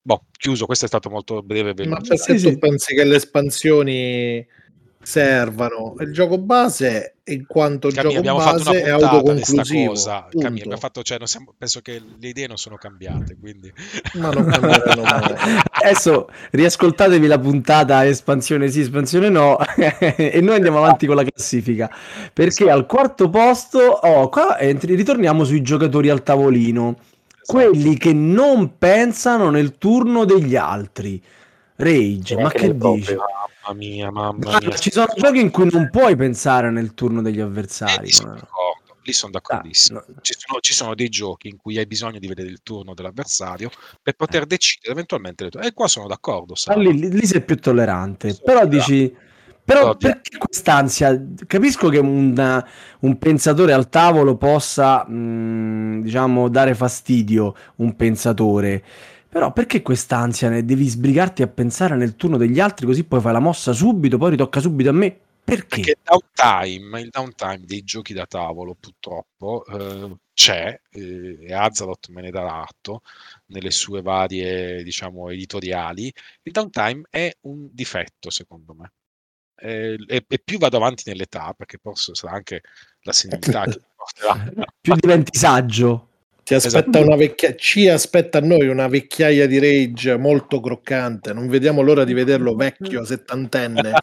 Speaker 4: chiuso, questo è stato molto breve e
Speaker 3: Ma
Speaker 4: veloce.
Speaker 3: perché
Speaker 2: Sì,
Speaker 3: tu pensi che le espansioni servano? Il gioco base, in quanto
Speaker 4: Camille,
Speaker 3: gioco
Speaker 4: abbiamo fatto una
Speaker 3: base, è
Speaker 4: puntata di sta
Speaker 3: autoconclusivo.
Speaker 4: cosa. Camille, abbiamo
Speaker 3: Punto.
Speaker 4: fatto, cioè, penso che le idee non sono cambiate, quindi
Speaker 3: Ma non cambieranno mai.
Speaker 2: Adesso riascoltatevi la puntata espansione sì, espansione no e noi andiamo avanti con la classifica perché
Speaker 4: Esatto.
Speaker 2: al quarto posto qua ritorniamo sui giocatori al tavolino,
Speaker 4: Esatto.
Speaker 2: quelli che non pensano nel turno degli altri. Rage, ma
Speaker 5: neanche
Speaker 2: che
Speaker 5: nel
Speaker 2: dici?
Speaker 5: proprio.
Speaker 4: Mamma
Speaker 2: Ma
Speaker 4: mia.
Speaker 2: ci sono giochi in cui non puoi pensare nel turno degli avversari.
Speaker 4: Lì sono
Speaker 2: Ah,
Speaker 4: d'accordissimo.
Speaker 2: no.
Speaker 4: Ci sono dei giochi in cui hai bisogno di vedere il turno dell'avversario per poter decidere eventualmente. E qua sono d'accordo,
Speaker 2: Ah,
Speaker 4: Sara.
Speaker 2: lì sei più tollerante,
Speaker 4: Sono
Speaker 2: però
Speaker 4: tollerante.
Speaker 2: dici, però
Speaker 4: Oddio.
Speaker 2: perché quest'ansia? Capisco che un pensatore al tavolo possa, diciamo, dare fastidio, un pensatore, però perché quest'ansia? Devi sbrigarti a pensare nel turno degli altri, così poi fai la mossa subito, poi ritocca subito a me. Perché?
Speaker 4: Perché il downtime dei giochi da tavolo purtroppo c'è, e Azeroth me ne dà atto nelle sue varie, diciamo, editoriali. Il downtime è un difetto, secondo me. E più vado avanti nell'età, perché forse sarà anche la senilità che mi porterà.
Speaker 2: Più diventi saggio.
Speaker 3: Aspetta ci aspetta a noi una vecchiaia di Rage molto croccante. Non vediamo l'ora di vederlo vecchio, settantenne.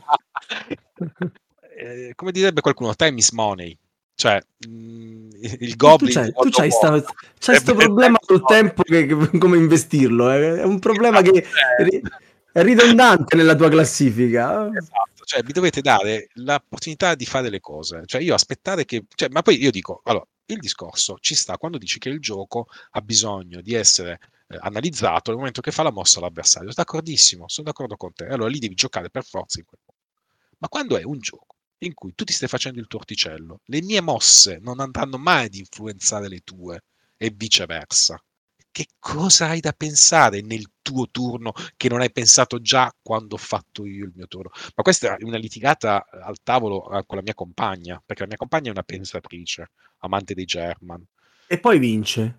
Speaker 4: Come direbbe qualcuno, time is money. Cioè, il
Speaker 2: Tu
Speaker 4: Goblin di
Speaker 2: tu
Speaker 4: World of Warcraft
Speaker 2: c'hai sto
Speaker 4: time
Speaker 2: problema
Speaker 4: is
Speaker 2: col
Speaker 4: money.
Speaker 2: tempo come investirlo. È un problema che
Speaker 4: Cioè,
Speaker 2: è ridondante nella tua classifica.
Speaker 4: esatto, cioè mi dovete dare l'opportunità di fare le cose. Cioè io aspettare che... Cioè, ma poi io dico, allora, il discorso ci sta quando dici che il gioco ha bisogno di essere analizzato nel momento che fa la mossa all'avversario. Sono d'accordissimo, sono d'accordo con te. Allora lì devi giocare per forza in quel modo. Ma quando è un gioco in cui tu ti stai facendo il tuo orticello, le mie mosse non andranno mai ad influenzare le tue e viceversa. Che cosa hai da pensare nel tuo turno che non hai pensato già quando ho fatto io il mio turno? Ma questa è una litigata al tavolo con la mia compagna, perché la mia compagna è una pensatrice, amante dei German.
Speaker 2: E poi vince.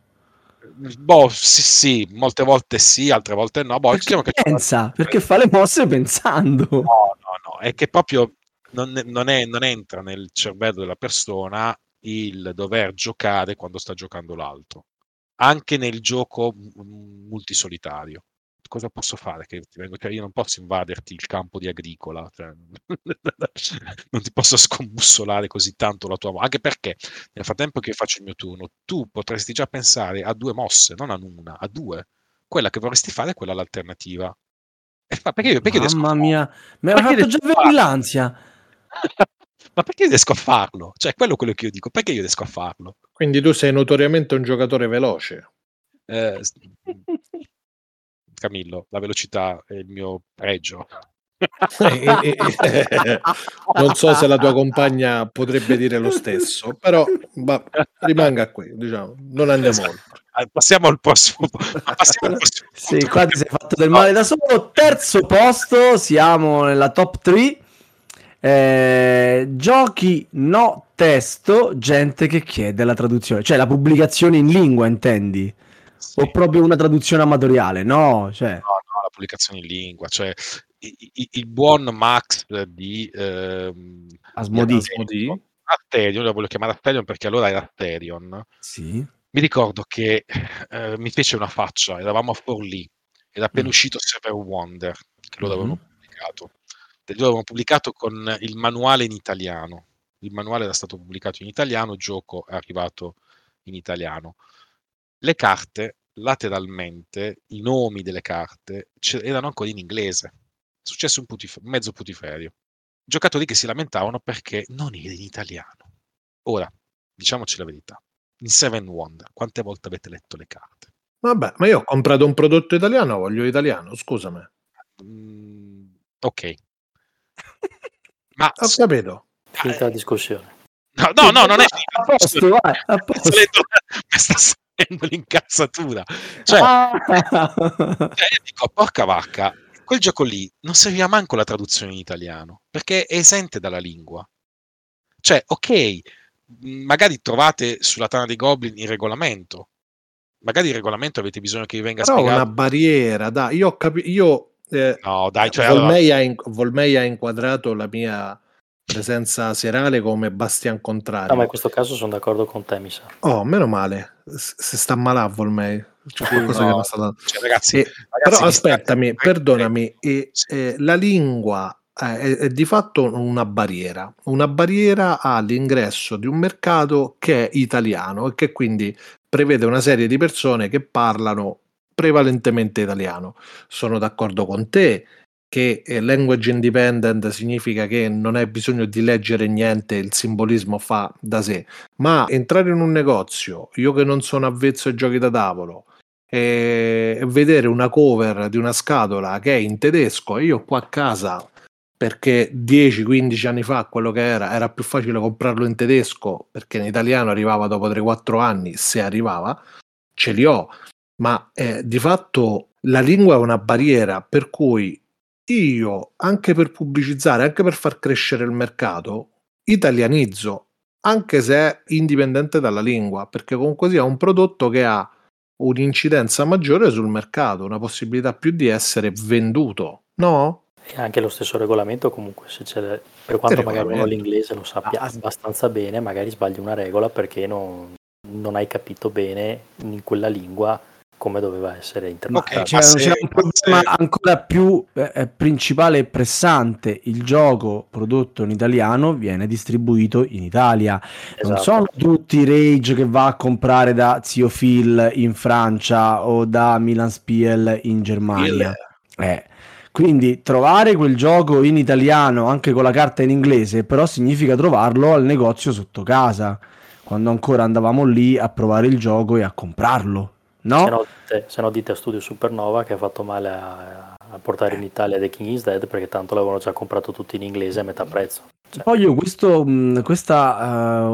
Speaker 4: Sì, molte volte sì, altre volte no.
Speaker 2: Perché
Speaker 4: Diciamo che
Speaker 2: pensa, perché fa le mosse pensando.
Speaker 4: no, è che proprio non entra nel cervello della persona il dover giocare quando sta giocando l'altro. Anche nel gioco multisolitario. Cosa posso fare? Cioè, io non posso invaderti il campo di agricola, cioè, non ti posso scombussolare così tanto la tua anche perché nel frattempo che io faccio il mio turno, tu potresti già pensare a 2 mosse, non a una, a 2. Quella che vorresti fare è quella l'alternativa. Perché riesco a
Speaker 2: Mamma
Speaker 4: farlo?
Speaker 2: mia, mi
Speaker 4: Ma
Speaker 2: ha
Speaker 4: perché
Speaker 2: fatto già
Speaker 4: riesco a
Speaker 2: venire
Speaker 4: farlo?
Speaker 2: l'ansia.
Speaker 4: Ma perché riesco a farlo? Cioè, quello che io dico, perché io riesco a farlo?
Speaker 3: Quindi tu sei notoriamente un giocatore veloce.
Speaker 4: Eh, s- Camillo, la velocità è il mio pregio.
Speaker 3: Non so se la tua compagna potrebbe dire lo stesso, però rimanga qui, diciamo, non andiamo oltre.
Speaker 4: Passiamo al prossimo. Passiamo al prossimo
Speaker 2: Sì,
Speaker 4: punto.
Speaker 2: qua ti sei fatto del male da solo. Terzo posto, siamo nella top 3. Giochi no testo, gente che chiede la traduzione, cioè la pubblicazione in lingua, intendi?
Speaker 4: Sì.
Speaker 2: O proprio una traduzione amatoriale? No, cioè.
Speaker 4: No, la pubblicazione in lingua, cioè il buon Max di
Speaker 2: Asmodee.
Speaker 4: Asterion, lo voglio chiamare Asterion perché allora era Asterion.
Speaker 2: Sì.
Speaker 4: Mi ricordo che mi fece una faccia, eravamo a Forlì, era appena
Speaker 2: Mm.
Speaker 4: uscito Seven Wonder, che loro
Speaker 2: Mhm.
Speaker 4: avevano pubblicato. Loro avevano pubblicato con il manuale in italiano. Il manuale era stato pubblicato in italiano, il gioco è arrivato in italiano. Le carte, lateralmente, i nomi delle carte erano ancora in inglese. È successo un mezzo putiferio. Giocatori che si lamentavano perché non era in italiano. Ora, diciamoci la verità. In Seven Wonder, quante volte avete letto le carte?
Speaker 3: Vabbè, ma io ho comprato un prodotto italiano, voglio italiano, scusami.
Speaker 4: Ok. Ma
Speaker 3: Ho capito.
Speaker 5: Finita la discussione.
Speaker 4: no, non è finita.
Speaker 2: A posto, vai, a posto.
Speaker 4: Mi sta salendo l'incazzatura. Cioè, io dico, porca vacca, quel gioco lì non serviva manco la traduzione in italiano, perché è esente dalla lingua. Cioè, ok, magari trovate sulla Tana dei Goblin il regolamento, magari il regolamento avete bisogno che vi venga
Speaker 3: Però
Speaker 4: spiegato.
Speaker 3: una barriera, dai, io ho capito.
Speaker 4: No, dai, cioè,
Speaker 3: Volmei ha inquadrato la mia presenza serale come Bastian
Speaker 5: No,
Speaker 3: Contrario.
Speaker 5: ma in questo caso sono d'accordo con te, mi sa.
Speaker 3: Oh, meno male, se sta malà Volmei. C'è qualcosa
Speaker 4: no,
Speaker 3: che non sta dando.
Speaker 4: cioè, ragazzi,
Speaker 3: Però
Speaker 4: vi state-
Speaker 3: aspettami, perdonami, la lingua è di fatto una barriera all'ingresso di un mercato che è italiano e che quindi prevede una serie di persone che parlano prevalentemente italiano. Sono d'accordo con te che language independent significa che non hai bisogno di leggere niente, il simbolismo fa da sé, ma entrare in un negozio, io che non sono avvezzo ai giochi da tavolo, e vedere una cover di una scatola che è in tedesco, e io qua a casa, perché 10-15 anni fa quello che era più facile comprarlo in tedesco, perché in italiano arrivava dopo 3-4 anni, se arrivava, ce li ho, ma di fatto la lingua è una barriera, per cui io, anche per pubblicizzare, anche per far crescere il mercato, italianizzo, anche se è indipendente dalla lingua, perché comunque sia un prodotto che ha un'incidenza maggiore sul mercato, una possibilità più di essere venduto, no?
Speaker 5: E anche lo stesso regolamento comunque, per quanto magari uno
Speaker 3: regolamento.
Speaker 5: l'inglese lo sappia abbastanza bene, magari sbagli una regola perché non hai capito bene in quella lingua come doveva essere interpretato.
Speaker 4: Ok,
Speaker 2: C'è un problema ancora più principale e pressante: il gioco prodotto in italiano viene distribuito in Italia. Non
Speaker 5: Esatto.
Speaker 2: sono tutti Rage che va a comprare da Zio Phil in Francia o da Milan Spiel in Germania. Quindi trovare quel gioco in italiano anche con la carta in inglese però significa trovarlo al negozio sotto casa, quando ancora andavamo lì a provare il gioco e a comprarlo, no?
Speaker 5: Se no dite a Studio Supernova che ha fatto male a portare in Italia The King is Dead, perché tanto l'avevano già comprato tutti in inglese a metà prezzo.
Speaker 2: Poi io questa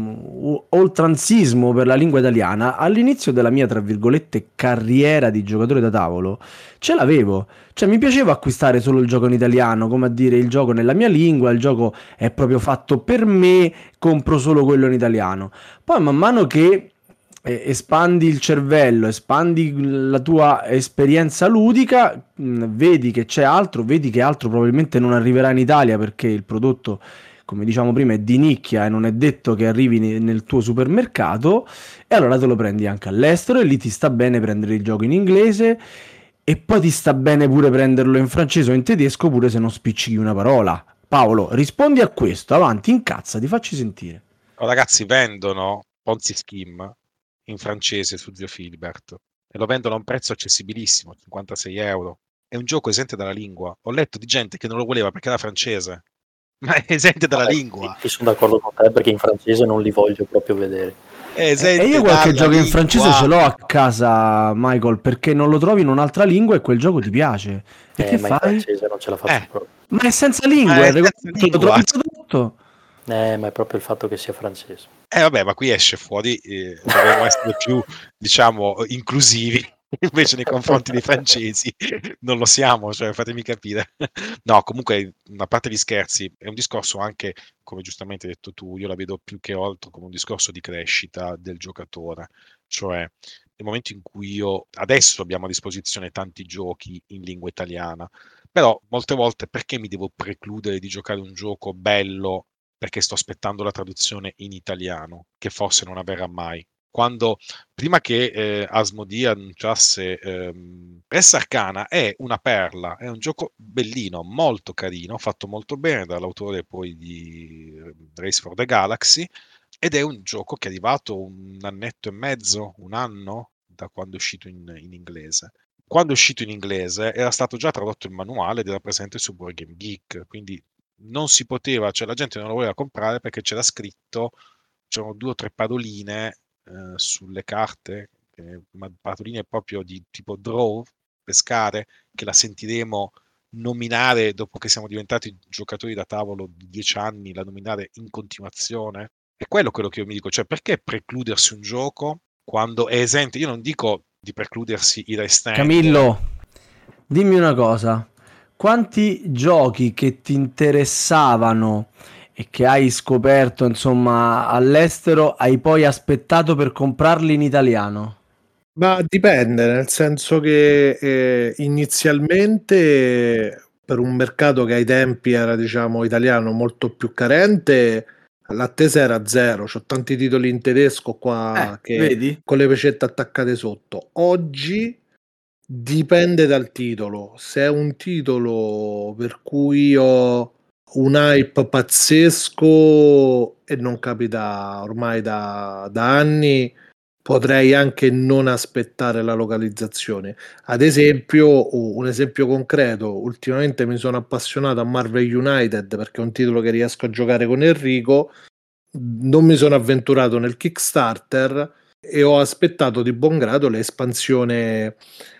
Speaker 2: oltranzismo per la lingua italiana all'inizio della mia, tra virgolette, carriera di giocatore da tavolo ce l'avevo, cioè mi piaceva acquistare solo il gioco in italiano, come a dire il gioco nella mia lingua, il gioco è proprio fatto per me, compro solo quello in italiano. Poi man mano che espandi il cervello, espandi la tua esperienza ludica, vedi che c'è altro, vedi che altro probabilmente non arriverà in Italia perché il prodotto, come diciamo prima, è di nicchia e non è detto che arrivi nel tuo supermercato, e allora te lo prendi anche all'estero e lì ti sta bene prendere il gioco in inglese e poi ti sta bene pure prenderlo in francese o in tedesco, pure se non spiccichi una parola. Paolo, rispondi a questo, avanti, incazza, ti facci sentire.
Speaker 4: Ragazzi, vendono Ponzi Scheme in francese su Zio Filibert e lo vendono a un prezzo accessibilissimo, 56 euro. È un gioco esente dalla lingua. Ho letto di gente che non lo voleva perché era francese, ma è esente dalla lingua.
Speaker 5: Io sono d'accordo con te perché in francese non li voglio proprio vedere.
Speaker 2: E io qualche gioco in francese ce l'ho a casa, Michael, perché non lo trovi in un'altra lingua e quel gioco ti piace. E che
Speaker 5: ma
Speaker 2: fai?
Speaker 5: in francese non ce la faccio proprio.
Speaker 2: Ma è senza lingua, lo trovi tradotto.
Speaker 5: Ma è proprio il fatto che sia francese.
Speaker 4: Vabbè, ma qui esce fuori, dovremmo essere più, diciamo, inclusivi invece nei confronti dei francesi. Non lo siamo, cioè fatemi capire. No, comunque, a parte gli scherzi, è un discorso anche, come giustamente hai detto tu, io la vedo più che altro come un discorso di crescita del giocatore. Cioè, nel momento in cui adesso abbiamo a disposizione tanti giochi in lingua italiana, però molte volte perché mi devo precludere di giocare un gioco bello perché sto aspettando la traduzione in italiano, che forse non avverrà mai. Prima che Asmodee annunciasse Res Arcana, è una perla, è un gioco bellino, molto carino, fatto molto bene dall'autore poi di Race for the Galaxy, ed è un gioco che è arrivato un annetto e mezzo, un anno, da quando è uscito in inglese. Quando è uscito in inglese era stato già tradotto il manuale ed era presente su Board Game Geek, quindi non si poteva, cioè la gente non lo voleva comprare perché c'erano 2 o 3 paroline sulle carte, ma paroline proprio di tipo draw, pescare, che la sentiremo nominare dopo che siamo diventati giocatori da tavolo di 10 anni, la nominare in continuazione. È quello che io mi dico, cioè perché precludersi un gioco quando è esente? Io non dico di precludersi i restanti.
Speaker 2: Camillo, dimmi una cosa. Quanti giochi che ti interessavano e che hai scoperto, insomma, all'estero, hai poi aspettato per comprarli in italiano?
Speaker 3: Ma dipende, nel senso che inizialmente per un mercato che ai tempi era, diciamo, italiano molto più carente, l'attesa era zero. C'ho tanti titoli in tedesco qua che
Speaker 2: Vedi?
Speaker 3: con le pecette attaccate sotto. Oggi dipende dal titolo. Se è un titolo per cui ho un hype pazzesco e non capita ormai da anni, potrei anche non aspettare la localizzazione. Ad esempio, un esempio concreto, ultimamente mi sono appassionato a Marvel United perché è un titolo che riesco a giocare con Enrico. Non mi sono avventurato nel Kickstarter e ho aspettato di buon grado l'espansione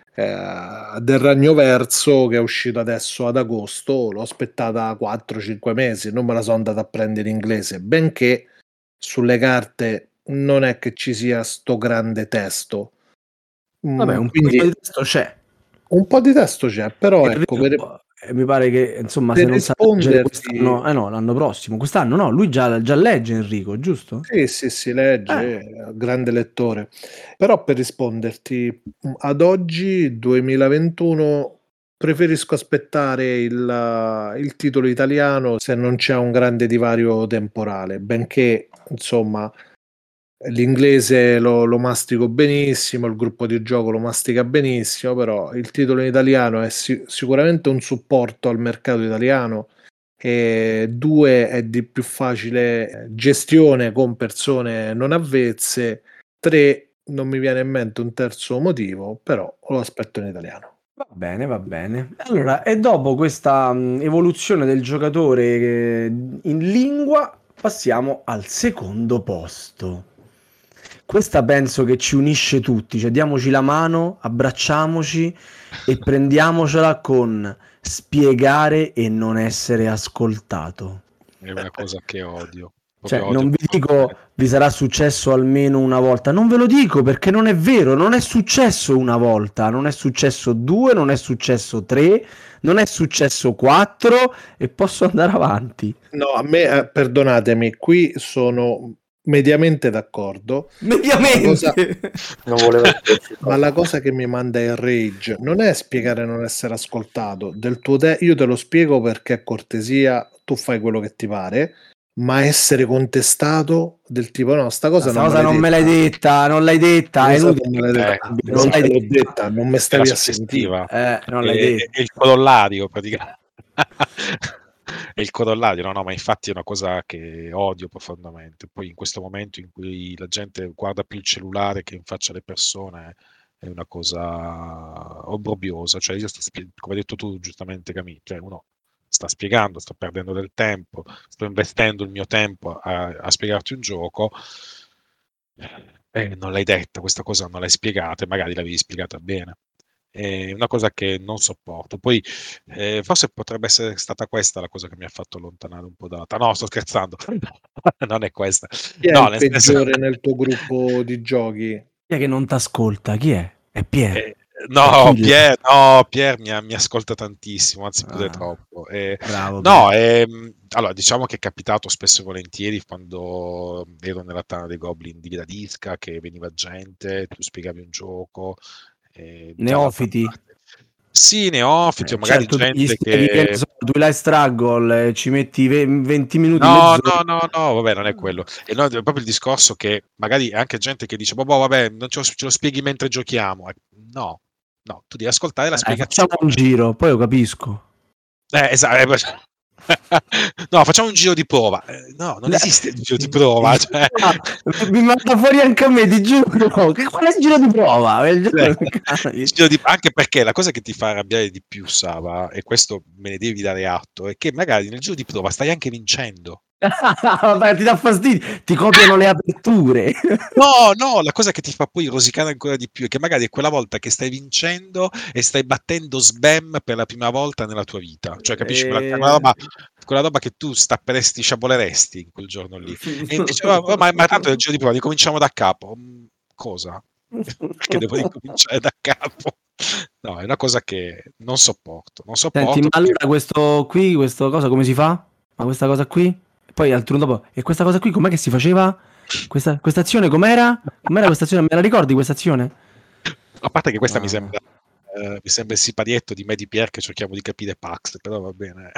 Speaker 3: del Ragnoverso che è uscito adesso ad agosto. L'ho aspettata 4-5 mesi, non me la sono andata a prendere in inglese, benché sulle carte non è che ci sia sto grande testo.
Speaker 2: Vabbè, un po'
Speaker 3: Quindi
Speaker 2: di testo c'è.
Speaker 3: un po' di testo c'è, però ecco,
Speaker 2: Enrico, mi pare che insomma
Speaker 3: per
Speaker 2: se non sa leggere
Speaker 3: risponderti,
Speaker 2: quest'anno, no, l'anno prossimo, quest'anno no, lui già legge Enrico, giusto?
Speaker 3: sì, legge, grande lettore. Però per risponderti, ad oggi, 2021, preferisco aspettare il titolo italiano se non c'è un grande divario temporale, benché, insomma, l'inglese lo mastico benissimo, il gruppo di gioco lo mastica benissimo, però il titolo in italiano è sicuramente un supporto al mercato italiano, e due è di più facile gestione con persone non avvezze, tre non mi viene in mente un terzo motivo, però lo aspetto in italiano.
Speaker 2: Va bene, va bene. Allora, e dopo questa evoluzione del giocatore in lingua, passiamo al secondo posto. Questa penso che ci unisce tutti, cioè diamoci la mano, abbracciamoci e prendiamocela con spiegare e non essere ascoltato.
Speaker 4: È una cosa che odio.
Speaker 2: Cioè,
Speaker 4: Proprio odio.
Speaker 2: non vi dico vi sarà successo almeno una volta, non ve lo dico perché non è vero, non è successo una volta, non è successo 2, non è successo 3, non è successo 4 e posso andare avanti.
Speaker 3: No, a me, perdonatemi, qui sono mediamente d'accordo.
Speaker 2: Mediamente.
Speaker 5: Non voleva
Speaker 3: Ma la cosa che mi manda in rage non è spiegare non essere ascoltato. Io te lo spiego perché è cortesia, tu fai quello che ti pare, ma essere contestato del tipo no, sta cosa
Speaker 2: non me l'hai detta, non l'hai detta, è inutile.
Speaker 3: Non l'ho detta, non mi stavi a sentire.
Speaker 2: Non l'hai detta.
Speaker 4: È il corollario praticamente. È il corollario, no, ma infatti è una cosa che odio profondamente. Poi in questo momento in cui la gente guarda più il cellulare che in faccia alle persone, è una cosa obbrobriosa. Cioè, come hai detto tu giustamente, Camille, cioè uno sta spiegando, sto perdendo del tempo, sto investendo il mio tempo a spiegarti un gioco. Non l'hai detta, questa cosa non l'hai spiegata, e magari l'avevi spiegata bene. È una cosa che non sopporto. Poi forse potrebbe essere stata questa la cosa che mi ha fatto allontanare un po' dalla... No, sto scherzando. Non è questa.
Speaker 3: Chi è
Speaker 4: No,
Speaker 3: il peggiore nel tuo gruppo di giochi?
Speaker 2: Chi è che non ti ascolta? Chi è? È Pier.
Speaker 4: No, Pier mi ascolta tantissimo, anzi pure troppo.
Speaker 2: Bravo.
Speaker 4: No, allora diciamo che è capitato spesso e volentieri quando ero nella Tana dei Goblin di Gradisca che veniva gente, tu spiegavi un gioco.
Speaker 2: Neofiti?
Speaker 4: Sì, neofiti, o magari
Speaker 2: certo,
Speaker 4: gente che...
Speaker 2: Twilight Struggle, ci metti 20 minuti
Speaker 4: no, vabbè, non è quello. E no, è proprio il discorso che magari anche gente che dice, vabbè, non ce lo spieghi mentre giochiamo. No, tu devi ascoltare la spiegazione.
Speaker 2: Facciamo un giro, poi lo capisco.
Speaker 4: Esatto. No, facciamo un giro di prova. No, non esiste il giro di prova. Cioè...
Speaker 2: Mi manda fuori anche a me, ti giuro. Qual è il giro di prova?
Speaker 4: Anche perché la cosa che ti fa arrabbiare di più, Sava, e questo me ne devi dare atto, è che magari nel giro di prova stai anche vincendo.
Speaker 2: Vabbè, ti dà fastidio, ti copiano le aperture.
Speaker 4: No, la cosa che ti fa poi rosicare ancora di più è che magari è quella volta che stai vincendo e stai battendo Sbam per la prima volta nella tua vita, cioè capisci quella roba che tu stapperesti, sciaboleresti in quel giorno lì, e invece ma tanto nel giro di prova ricominciamo da capo. Cosa? Perché devo ricominciare da capo? No, è una cosa che non sopporto.
Speaker 2: Senti, ma allora questa cosa come si fa? Ma questa cosa qui? Poi al turno dopo, e questa cosa qui com'è che si faceva? Questa azione com'era? Com'era questa azione? Me la ricordi questa azione?
Speaker 4: A parte che questa mi sembra il siparietto di me di Pier che cerchiamo di capire Pax, però va bene.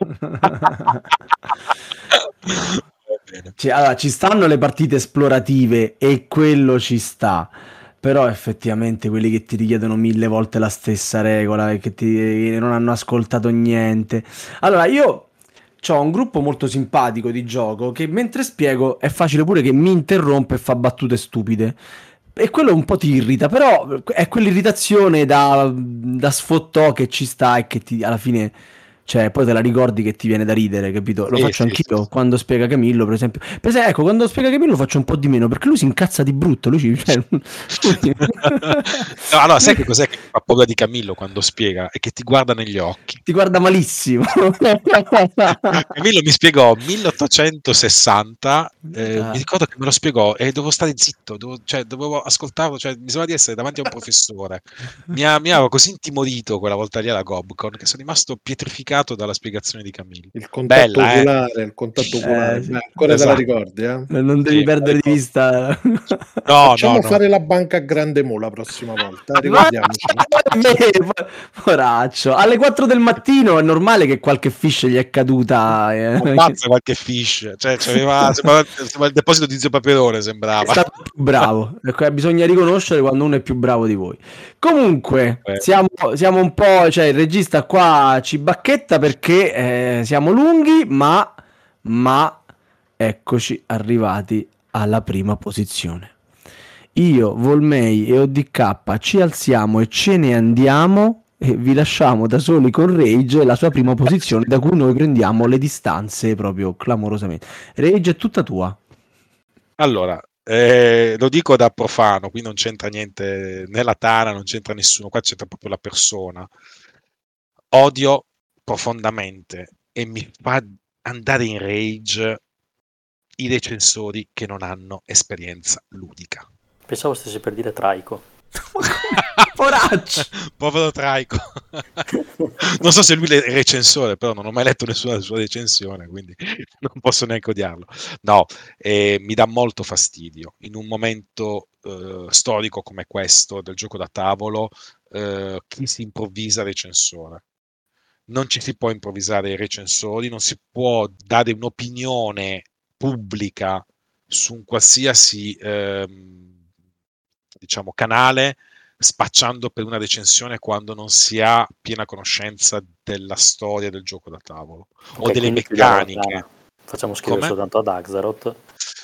Speaker 4: Va bene.
Speaker 2: Allora, ci stanno le partite esplorative e quello ci sta. Però effettivamente quelli che ti richiedono 1000 volte la stessa regola e che non hanno ascoltato niente. Allora, io ho un gruppo molto simpatico di gioco che mentre spiego è facile pure che mi interrompe e fa battute stupide. E quello un po' ti irrita, però è quell'irritazione da sfottò che ci sta e che alla fine, cioè, poi te la ricordi che ti viene da ridere, capito? Lo
Speaker 4: Sì,
Speaker 2: faccio
Speaker 4: sì,
Speaker 2: anch'io
Speaker 4: sì.
Speaker 2: quando spiega Camillo, per esempio. Ecco, quando spiega Camillo lo faccio un po' di meno, perché lui si incazza di brutto,
Speaker 4: No, allora, sai che cos'è che mi fa paura di Camillo quando spiega? È che ti guarda negli occhi.
Speaker 2: ti guarda malissimo.
Speaker 4: Camillo mi spiegò 1860, mi
Speaker 2: Ah.
Speaker 4: ricordo che me lo spiegò e dovevo stare zitto, dovevo ascoltarlo, cioè, mi sembrava di essere davanti a un professore. Mi avevo così intimorito quella volta lì alla Gobcon che sono rimasto pietrificato dalla spiegazione di Camillo.
Speaker 3: Il contatto
Speaker 4: Bella,
Speaker 3: oculare, il contatto oculare.
Speaker 2: Sì.
Speaker 3: Beh, ancora te la
Speaker 4: Esatto.
Speaker 3: ricordi, eh?
Speaker 2: Non devi
Speaker 4: Sì,
Speaker 2: perdere di
Speaker 4: ecco.
Speaker 2: vista.
Speaker 4: No,
Speaker 3: Facciamo
Speaker 4: no.
Speaker 3: fare la banca a Grande Mo la prossima volta,
Speaker 2: Ma
Speaker 3: ricordiamoci.
Speaker 2: poraccio, alle 4 del mattino è normale che qualche fish gli è caduta.
Speaker 4: Ammazza qualche fish, cioè, sembrava il deposito di Zio Paperone,
Speaker 2: È
Speaker 4: sembrava.
Speaker 2: stato più bravo. Ecco, bisogna riconoscere quando uno è più bravo di voi. Comunque, siamo un po', cioè il regista qua ci bacchetta perché siamo lunghi, ma eccoci arrivati alla prima posizione. Io, Volmei e ODK ci alziamo e ce ne andiamo e vi lasciamo da soli con Rage, la sua prima posizione da cui noi prendiamo le distanze proprio clamorosamente. Rage è tutta tua.
Speaker 4: Allora, lo dico da profano, qui non c'entra niente, né la Tana, non c'entra nessuno, qua c'entra proprio la persona. Odio profondamente e mi fa andare in rage i recensori che non hanno esperienza ludica.
Speaker 5: Pensavo stessi per dire traico.
Speaker 2: Poraccio!
Speaker 4: Povero Traico. Non so se lui è recensore, però non ho mai letto nessuna sua recensione, quindi non posso neanche odiarlo. No, mi dà molto fastidio. In un momento storico come questo del gioco da tavolo, chi si improvvisa recensore. Non ci si può improvvisare i recensori, non si può dare un'opinione pubblica su un qualsiasi diciamo canale spacciando per una recensione quando non si ha piena conoscenza della storia del gioco da tavolo o delle
Speaker 5: quindi chiudiamo la
Speaker 4: meccaniche.
Speaker 5: Tana. Facciamo scrivere
Speaker 4: Come?
Speaker 5: soltanto ad Axaroth.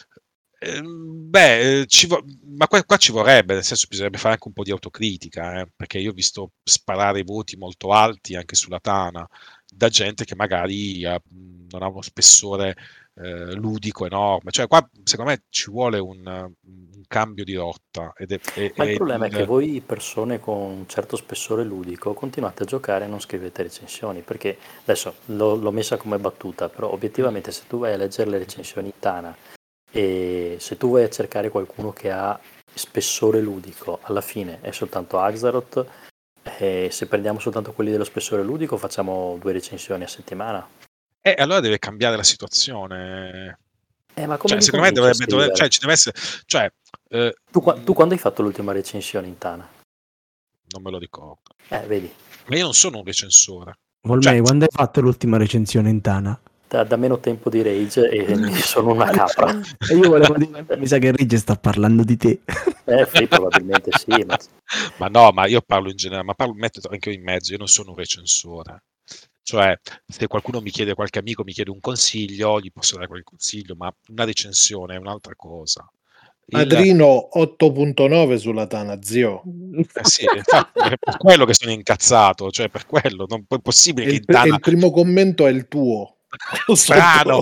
Speaker 4: Ma qua ci vorrebbe, nel senso bisognerebbe fare anche un po' di autocritica, perché io ho visto sparare voti molto alti anche sulla Tana da gente che magari non ha uno spessore ludico enorme. Cioè qua secondo me ci vuole un cambio di rotta.
Speaker 5: Ma il problema è che voi persone con un certo spessore ludico continuate a giocare e non scrivete recensioni, perché adesso l'ho messa come battuta, però obiettivamente se tu vai a leggere le recensioni in Tana e se tu vai a cercare qualcuno che ha spessore ludico, alla fine è soltanto Axaroth, e se prendiamo soltanto quelli dello spessore ludico facciamo 2 recensioni a settimana.
Speaker 4: Allora deve cambiare la situazione.
Speaker 5: Ma come
Speaker 4: secondo me ci deve essere.
Speaker 5: Tu quando hai fatto l'ultima recensione in Tana?
Speaker 4: Non me lo ricordo.
Speaker 5: Vedi.
Speaker 4: Ma io non sono un recensore.
Speaker 2: Volmei, quando hai fatto l'ultima recensione in Tana?
Speaker 5: Da meno tempo di Rage e sono una capra.
Speaker 2: E io volevo dire, mi sa che Rage sta parlando di te.
Speaker 5: Sì, probabilmente sì.
Speaker 4: Ma no, ma io parlo in generale, metto anche io in mezzo, io non sono un recensore. Cioè, se qualcuno qualche amico mi chiede un consiglio, gli posso dare quel consiglio, ma una recensione è un'altra cosa.
Speaker 3: Adrino 8.9 sulla Tana, zio.
Speaker 4: Sì, infatti, è per quello che sono incazzato, cioè per quello, non è possibile che in Tana...
Speaker 3: Il primo commento è il tuo.
Speaker 4: Strano!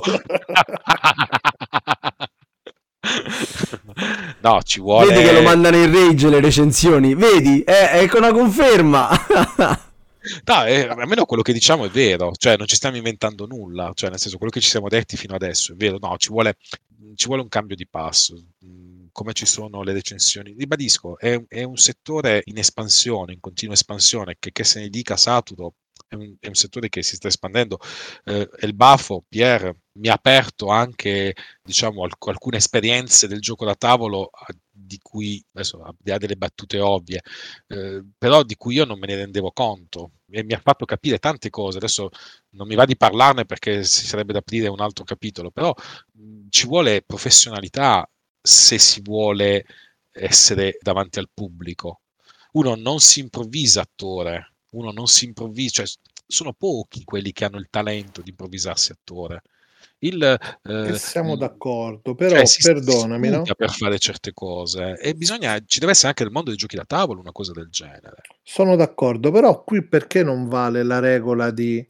Speaker 4: No, ci vuole...
Speaker 2: Vedi che lo mandano in Rage le recensioni, vedi? È con una conferma.
Speaker 4: No, almeno quello che diciamo è vero, cioè non ci stiamo inventando nulla, cioè nel senso quello che ci siamo detti fino adesso è vero, no, ci vuole un cambio di passo, come ci sono le recensioni, ribadisco, è un settore in espansione, in continua espansione, che se ne dica saturo, è un settore che si sta espandendo, e il baffo, Pierre, mi ha aperto anche, diciamo, alcune esperienze del gioco da tavolo di cui, adesso al di là delle battute ovvie, però di cui io non me ne rendevo conto e mi ha fatto capire tante cose. Adesso non mi va di parlarne perché si sarebbe da aprire un altro capitolo, però ci vuole professionalità se si vuole essere davanti al pubblico. Uno non si improvvisa attore, uno non si improvvisa, cioè sono pochi quelli che hanno il talento di improvvisarsi attore.
Speaker 3: E siamo d'accordo,
Speaker 4: Cioè,
Speaker 3: però
Speaker 4: si
Speaker 3: perdonami,
Speaker 4: studia
Speaker 3: no?
Speaker 4: per fare certe cose e ci deve essere anche nel mondo dei giochi da tavolo una cosa del genere.
Speaker 3: Sono d'accordo, però qui perché non vale la regola di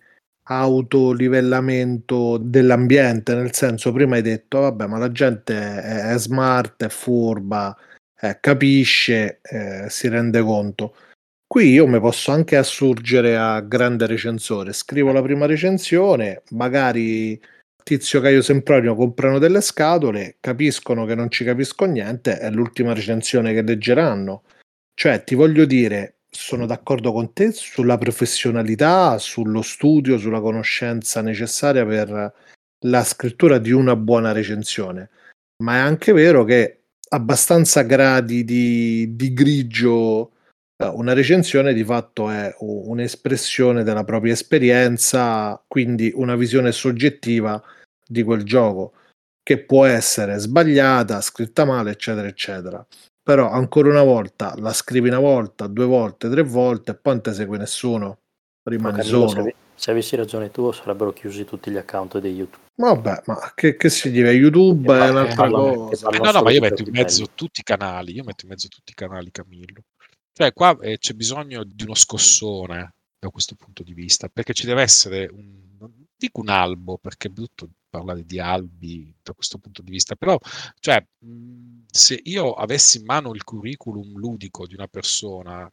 Speaker 3: autolivellamento dell'ambiente? Nel senso, prima hai detto, vabbè, ma la gente è smart, è furba, capisce, si rende conto. Qui io mi posso anche assurgere a grande recensore, scrivo la prima recensione, magari Tizio Caio Sempronio comprano delle scatole, capiscono che non ci capisco niente, è l'ultima recensione che leggeranno. Cioè, ti voglio dire, sono d'accordo con te sulla professionalità, sullo studio, sulla conoscenza necessaria per la scrittura di una buona recensione, ma è anche vero che abbastanza gradi di grigio, una recensione di fatto è un'espressione della propria esperienza, quindi una visione soggettiva di quel gioco, che può essere sbagliata, scritta male, eccetera, eccetera. Però ancora una volta la scrivi una volta, due volte, tre volte e poi non te segue nessuno,
Speaker 5: Però
Speaker 3: rimani
Speaker 5: Camillo,
Speaker 3: solo.
Speaker 5: se avessi ragione tu, sarebbero chiusi tutti gli account di YouTube.
Speaker 3: Vabbè, ma che si dice? YouTube
Speaker 5: Che
Speaker 3: è
Speaker 5: pa-
Speaker 3: un'altra
Speaker 5: che
Speaker 3: cosa.
Speaker 5: parlano
Speaker 4: No, ma
Speaker 5: solo
Speaker 4: io
Speaker 5: di
Speaker 4: metto in
Speaker 5: giochi
Speaker 4: mezzo
Speaker 5: belli.
Speaker 4: tutti i canali, Camillo. Cioè, qua c'è bisogno di uno scossone da questo punto di vista, perché ci deve essere non dico un albo, perché è brutto parlare di albi da questo punto di vista, però, cioè, se io avessi in mano il curriculum ludico di una persona,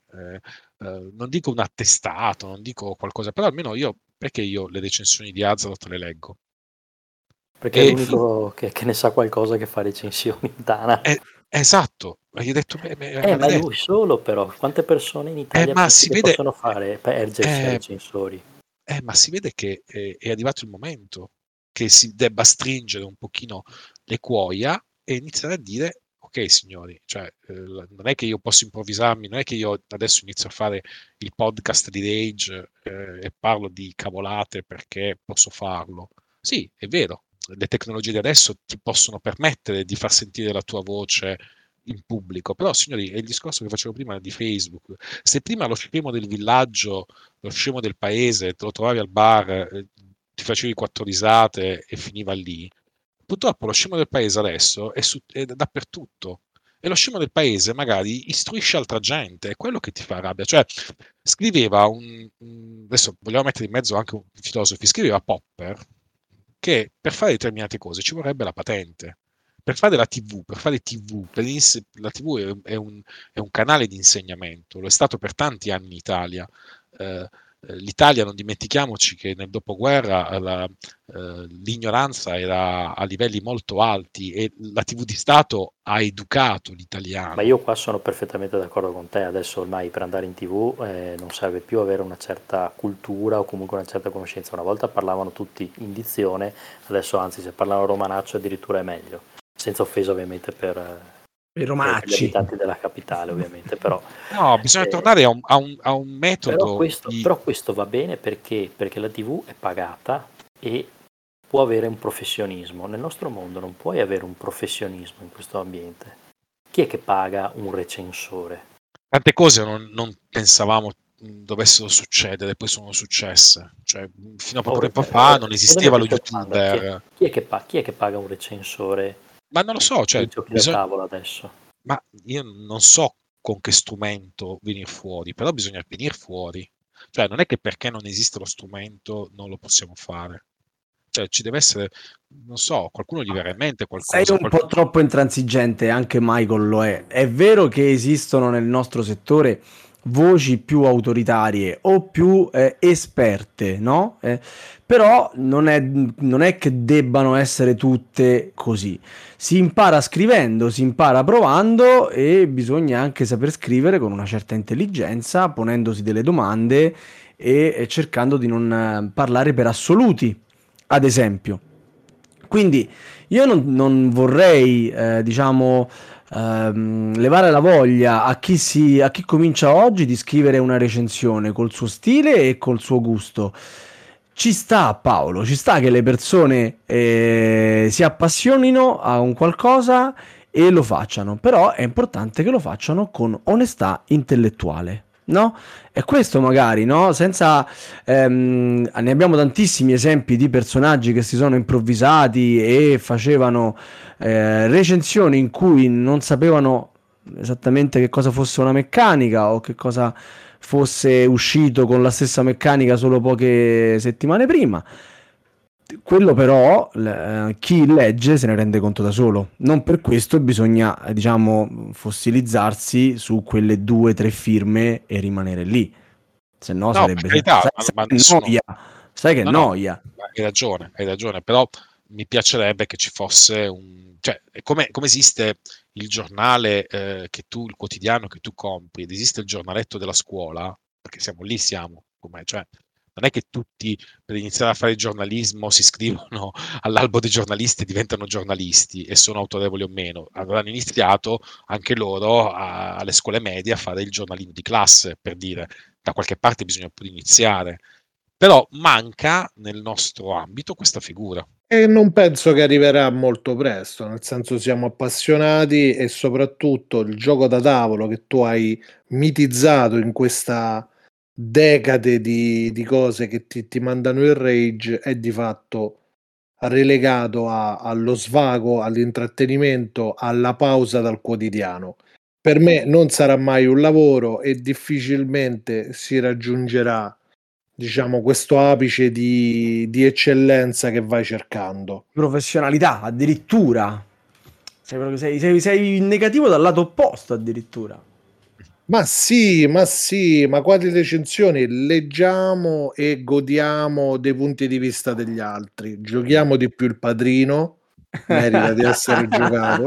Speaker 4: non dico un attestato, non dico qualcosa, però almeno perché io le recensioni di Azeroth le leggo?
Speaker 5: Perché è
Speaker 4: E
Speaker 5: l'unico che ne sa qualcosa che fa recensioni, Dana.
Speaker 4: esatto, gli ho detto,
Speaker 5: Ma è lui
Speaker 4: maledetto.
Speaker 5: solo però. Quante persone in Italia
Speaker 4: Ma
Speaker 5: pensi
Speaker 4: si
Speaker 5: che
Speaker 4: vede,
Speaker 5: possono fare per ergersi a
Speaker 4: eh,
Speaker 5: recensori?
Speaker 4: ma si vede che è arrivato il momento che si debba stringere un pochino le cuoia e iniziare a dire, ok signori, cioè, non è che io posso improvvisarmi, non è che io adesso inizio a fare il podcast di Rage e parlo di cavolate perché posso farlo. Sì, è vero, le tecnologie di adesso ti possono permettere di far sentire la tua voce in pubblico, però signori, è il discorso che facevo prima di Facebook. Se prima lo scemo del villaggio, lo scemo del paese, te lo trovavi al bar, ti facevi quattro risate e finiva lì. Purtroppo lo scemo del paese adesso è dappertutto. E lo scemo del paese magari istruisce altra gente, è quello che ti fa rabbia. Cioè, scriveva adesso vogliamo mettere in mezzo anche un filosofi, scriveva Popper che per fare determinate cose ci vorrebbe la patente. Per fare la TV, per fare TV, la TV è un canale di insegnamento, lo è stato per tanti anni in Italia. L'Italia, non dimentichiamoci che nel dopoguerra l'ignoranza era a livelli molto alti e la TV di Stato ha educato
Speaker 5: Ma
Speaker 4: l'italiano.
Speaker 5: io qua sono perfettamente d'accordo con te, adesso ormai per andare in TV non serve più avere una certa cultura o comunque una certa conoscenza. Una volta parlavano tutti in dizione, adesso anzi se parlano romanaccio addirittura è meglio, senza offesa ovviamente per
Speaker 2: I
Speaker 5: gli
Speaker 2: romanacci.
Speaker 5: abitanti della capitale ovviamente, però
Speaker 4: No, bisogna tornare a un metodo di...
Speaker 5: però questo va bene perché la TV è pagata e può avere un professionismo. Nel nostro mondo non puoi avere un professionismo in questo ambiente. Chi è che paga un recensore?
Speaker 4: Tante cose non pensavamo dovessero succedere, poi sono successe. Cioè, fino a poco tempo fa non
Speaker 5: Rispondimi a
Speaker 4: esisteva lo
Speaker 5: questa domanda.
Speaker 4: youtuber.
Speaker 5: Chi è che paga un recensore
Speaker 4: Ma non lo so,
Speaker 5: dei
Speaker 4: cioè,
Speaker 5: giochi da tavolo adesso?
Speaker 4: ma io non so con che strumento venire fuori, però bisogna venire fuori. Cioè, non è che perché non esiste lo strumento non lo possiamo fare. Cioè, ci deve essere, non so, qualcuno gli verrà in mente
Speaker 2: Sei
Speaker 4: qualcosa.
Speaker 2: un po' troppo intransigente, anche Michael lo è. È vero che esistono nel nostro settore voci più autoritarie o più esperte, no? Però non è che debbano essere tutte così. Si impara scrivendo, si impara provando e bisogna anche saper scrivere con una certa intelligenza, ponendosi delle domande e cercando di non parlare per assoluti, ad esempio. Quindi io non vorrei, diciamo, levare la voglia a chi comincia oggi di scrivere una recensione col suo stile e col suo gusto. Ci sta, Paolo, ci sta che le persone si appassionino a un qualcosa e lo facciano, però è importante che lo facciano con onestà intellettuale, no? E questo magari, no? Senza ne abbiamo tantissimi esempi di personaggi che si sono improvvisati e facevano recensioni in cui non sapevano esattamente che cosa fosse una meccanica o che cosa fosse uscito con la stessa meccanica solo poche settimane prima. Quello però chi legge se ne rende conto da solo. Non per questo bisogna, diciamo, fossilizzarsi su quelle 2 o 3 firme e rimanere lì. Se no
Speaker 4: No, per
Speaker 2: sarebbe
Speaker 4: carità,
Speaker 2: sai
Speaker 4: ma
Speaker 2: che
Speaker 4: nessuno.
Speaker 2: noia. Sai che
Speaker 4: No, no,
Speaker 2: noia.
Speaker 4: hai ragione, però mi piacerebbe che ci fosse cioè, come esiste il giornale il quotidiano che tu compri, ed esiste il giornaletto della scuola, perché siamo, cioè, non è che tutti per iniziare a fare il giornalismo si iscrivono all'albo dei giornalisti e diventano giornalisti e sono autorevoli o meno. Avranno iniziato anche loro alle scuole medie a fare il giornalismo di classe, per dire, da qualche parte bisogna pure iniziare. Però manca nel nostro ambito questa figura.
Speaker 3: E non penso che arriverà molto presto, nel senso siamo appassionati e soprattutto il gioco da tavolo che tu hai mitizzato in questa decade di cose che ti mandano il rage è di fatto relegato allo svago, all'intrattenimento, alla pausa dal quotidiano. Per me non sarà mai un lavoro e difficilmente si raggiungerà, diciamo, questo apice di eccellenza che vai cercando.
Speaker 2: Professionalità, addirittura. Sei in negativo dal lato opposto, addirittura.
Speaker 3: Ma sì, ma quali recensioni? Leggiamo e godiamo dei punti di vista degli altri. Giochiamo di più Il Padrino, merita di essere giocato.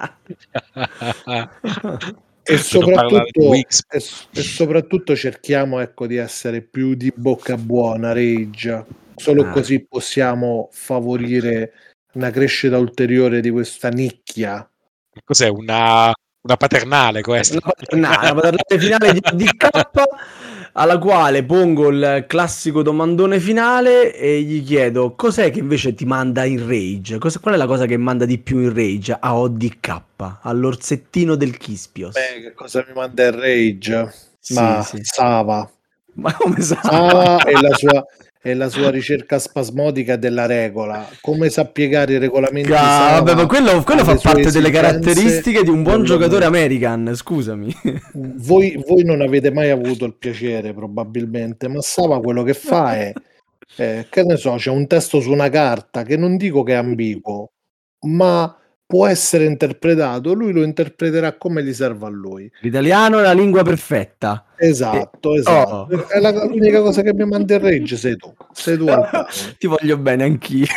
Speaker 3: E
Speaker 4: Per non parlare di
Speaker 3: soprattutto,
Speaker 4: Wix.
Speaker 3: e soprattutto cerchiamo, ecco, di essere più di bocca buona, Rage. Solo così possiamo favorire una crescita ulteriore di questa nicchia.
Speaker 4: Cos'è? Una paternale questa?
Speaker 2: La paternale finale di DK, alla quale pongo il classico domandone finale e gli chiedo cos'è che invece ti manda in rage? Qual è la cosa che manda di più in rage a ODK, all'orsettino del Kispios?
Speaker 3: Beh, che cosa mi manda il Rage?
Speaker 2: Sì,
Speaker 3: Ma
Speaker 2: sì.
Speaker 3: Sava.
Speaker 2: Ma come
Speaker 3: Sava e la sua ricerca spasmodica della regola. Come sa piegare i regolamenti Sava
Speaker 2: Vabbè, ma quello fa
Speaker 3: alle sue
Speaker 2: parte delle
Speaker 3: esigenze,
Speaker 2: caratteristiche di un buon
Speaker 3: perlomeno.
Speaker 2: giocatore American, scusami.
Speaker 3: Voi non avete mai avuto il piacere, probabilmente, ma Sava quello che fa è, che ne so, c'è un testo su una carta che non dico che è ambiguo, ma può essere interpretato, lui lo interpreterà come gli serve a lui.
Speaker 2: L'italiano è la lingua perfetta.
Speaker 3: Esatto.
Speaker 2: Oh.
Speaker 3: È l'unica cosa che mi manda il rage, sei tu al tavolo.
Speaker 2: Ti voglio bene anch'io.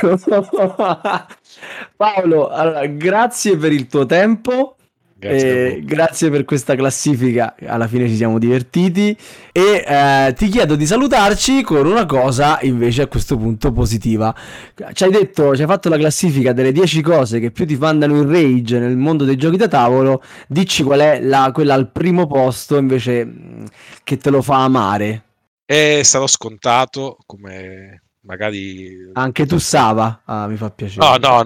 Speaker 2: Paolo, allora, grazie per il tuo tempo. Grazie per questa classifica, alla fine ci siamo divertiti e ti chiedo di salutarci con una cosa invece a questo punto positiva. Ci hai fatto la classifica delle 10 cose che più ti mandano in rage nel mondo dei giochi da tavolo. Dici qual è quella al primo posto invece che te lo fa amare.
Speaker 4: Sarò scontato, come magari
Speaker 2: anche tu Sava. Mi fa piacere.
Speaker 4: No.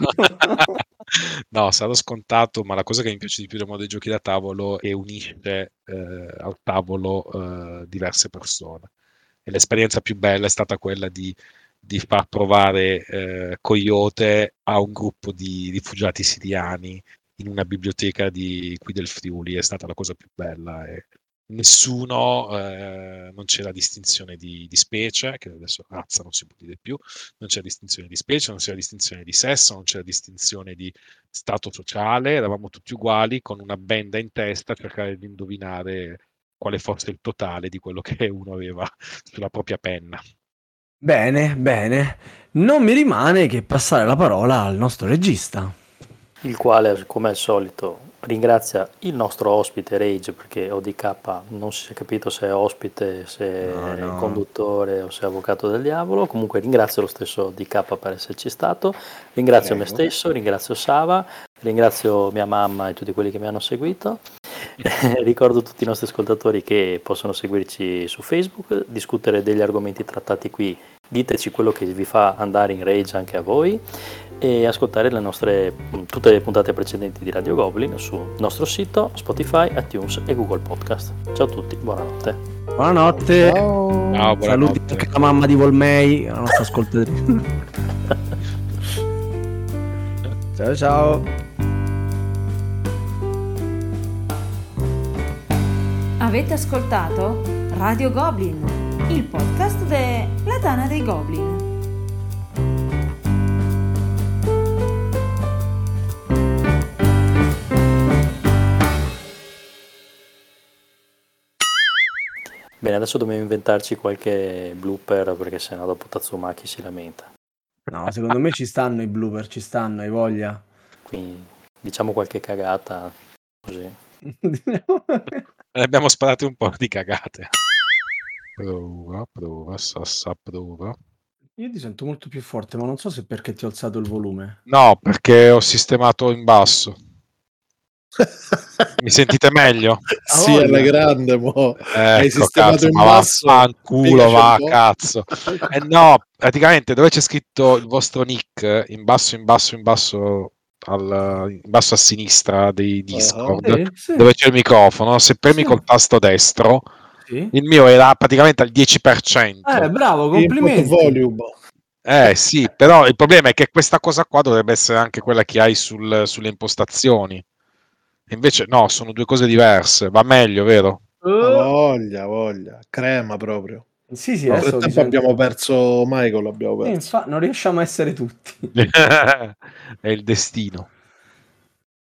Speaker 4: No, sarò scontato, ma la cosa che mi piace di più del mondo dei giochi da tavolo è unisce al tavolo diverse persone. E l'esperienza più bella è stata quella di far provare Coyote a un gruppo di rifugiati siriani in una biblioteca qui del Friuli. È stata la cosa più bella. Nessuno, non c'è la distinzione di specie, che adesso razza non si può dire più, non c'è distinzione di specie, non c'è la distinzione di sesso, non c'è la distinzione di stato sociale, eravamo tutti uguali con una benda in testa a cercare di indovinare quale fosse il totale di quello che uno aveva sulla propria penna.
Speaker 2: Bene, non mi rimane che passare la parola al nostro regista,
Speaker 5: il quale, come al solito, ringrazia il nostro ospite Rage, perché ODK non si è capito se è ospite, se è conduttore o se è avvocato del diavolo. Comunque ringrazio lo stesso ODK per esserci stato, ringrazio me stesso, ringrazio Sava, Ringrazio mia mamma e tutti quelli che mi hanno seguito. Ricordo tutti i nostri ascoltatori che possono seguirci su Facebook, discutere degli argomenti trattati qui, diteci quello che vi fa andare in rage anche a voi, e ascoltare tutte le puntate precedenti di Radio Goblin sul nostro sito, Spotify, iTunes e Google Podcast. Ciao a tutti, buonanotte.
Speaker 2: Buonanotte.
Speaker 3: Ciao.
Speaker 4: Ciao,
Speaker 2: Saluti
Speaker 4: buonanotte.
Speaker 2: anche la mamma di Volmei, la nostra ascoltatrice. Ciao ciao.
Speaker 1: Avete ascoltato Radio Goblin, il podcast della Tana dei Goblin.
Speaker 5: Bene, adesso dobbiamo inventarci qualche blooper perché sennò dopo Tatsumaki si lamenta.
Speaker 2: No, secondo me ci stanno i blooper, ci stanno, hai voglia.
Speaker 5: Quindi diciamo qualche cagata così.
Speaker 4: Ne abbiamo sparate un po' di cagate. Prova, sassa, prova.
Speaker 2: Io ti sento molto più forte, ma non so se perché ti ho alzato il volume.
Speaker 4: No, perché ho sistemato in basso. Mi sentite meglio?
Speaker 3: Sì, alla grande, mo. Hai
Speaker 4: Ecco,
Speaker 3: sistemato
Speaker 4: cazzo,
Speaker 3: in
Speaker 4: ma
Speaker 3: basso.
Speaker 4: vaffanculo, va,
Speaker 3: spiegaci un po'.
Speaker 4: cazzo. No, praticamente dove c'è scritto il vostro nick, in basso, in basso a sinistra di Discord,
Speaker 2: Sì,
Speaker 4: dove c'è il microfono, se premi
Speaker 2: Sì.
Speaker 4: col tasto destro,
Speaker 2: sì.
Speaker 4: il mio era praticamente al 10%.
Speaker 2: Bravo,
Speaker 3: Input
Speaker 2: complimenti.
Speaker 3: volume.
Speaker 4: Sì, però il problema è che questa cosa qua dovrebbe essere anche quella che hai sulle impostazioni. Invece no, sono due cose diverse. Va meglio, vero?
Speaker 3: Voglia. Crema proprio.
Speaker 2: Sì,
Speaker 3: Nel
Speaker 2: adesso
Speaker 3: frattempo
Speaker 2: ti sento-
Speaker 3: abbiamo perso Michael, abbiamo perso.
Speaker 2: non riusciamo a essere tutti.
Speaker 4: È il destino.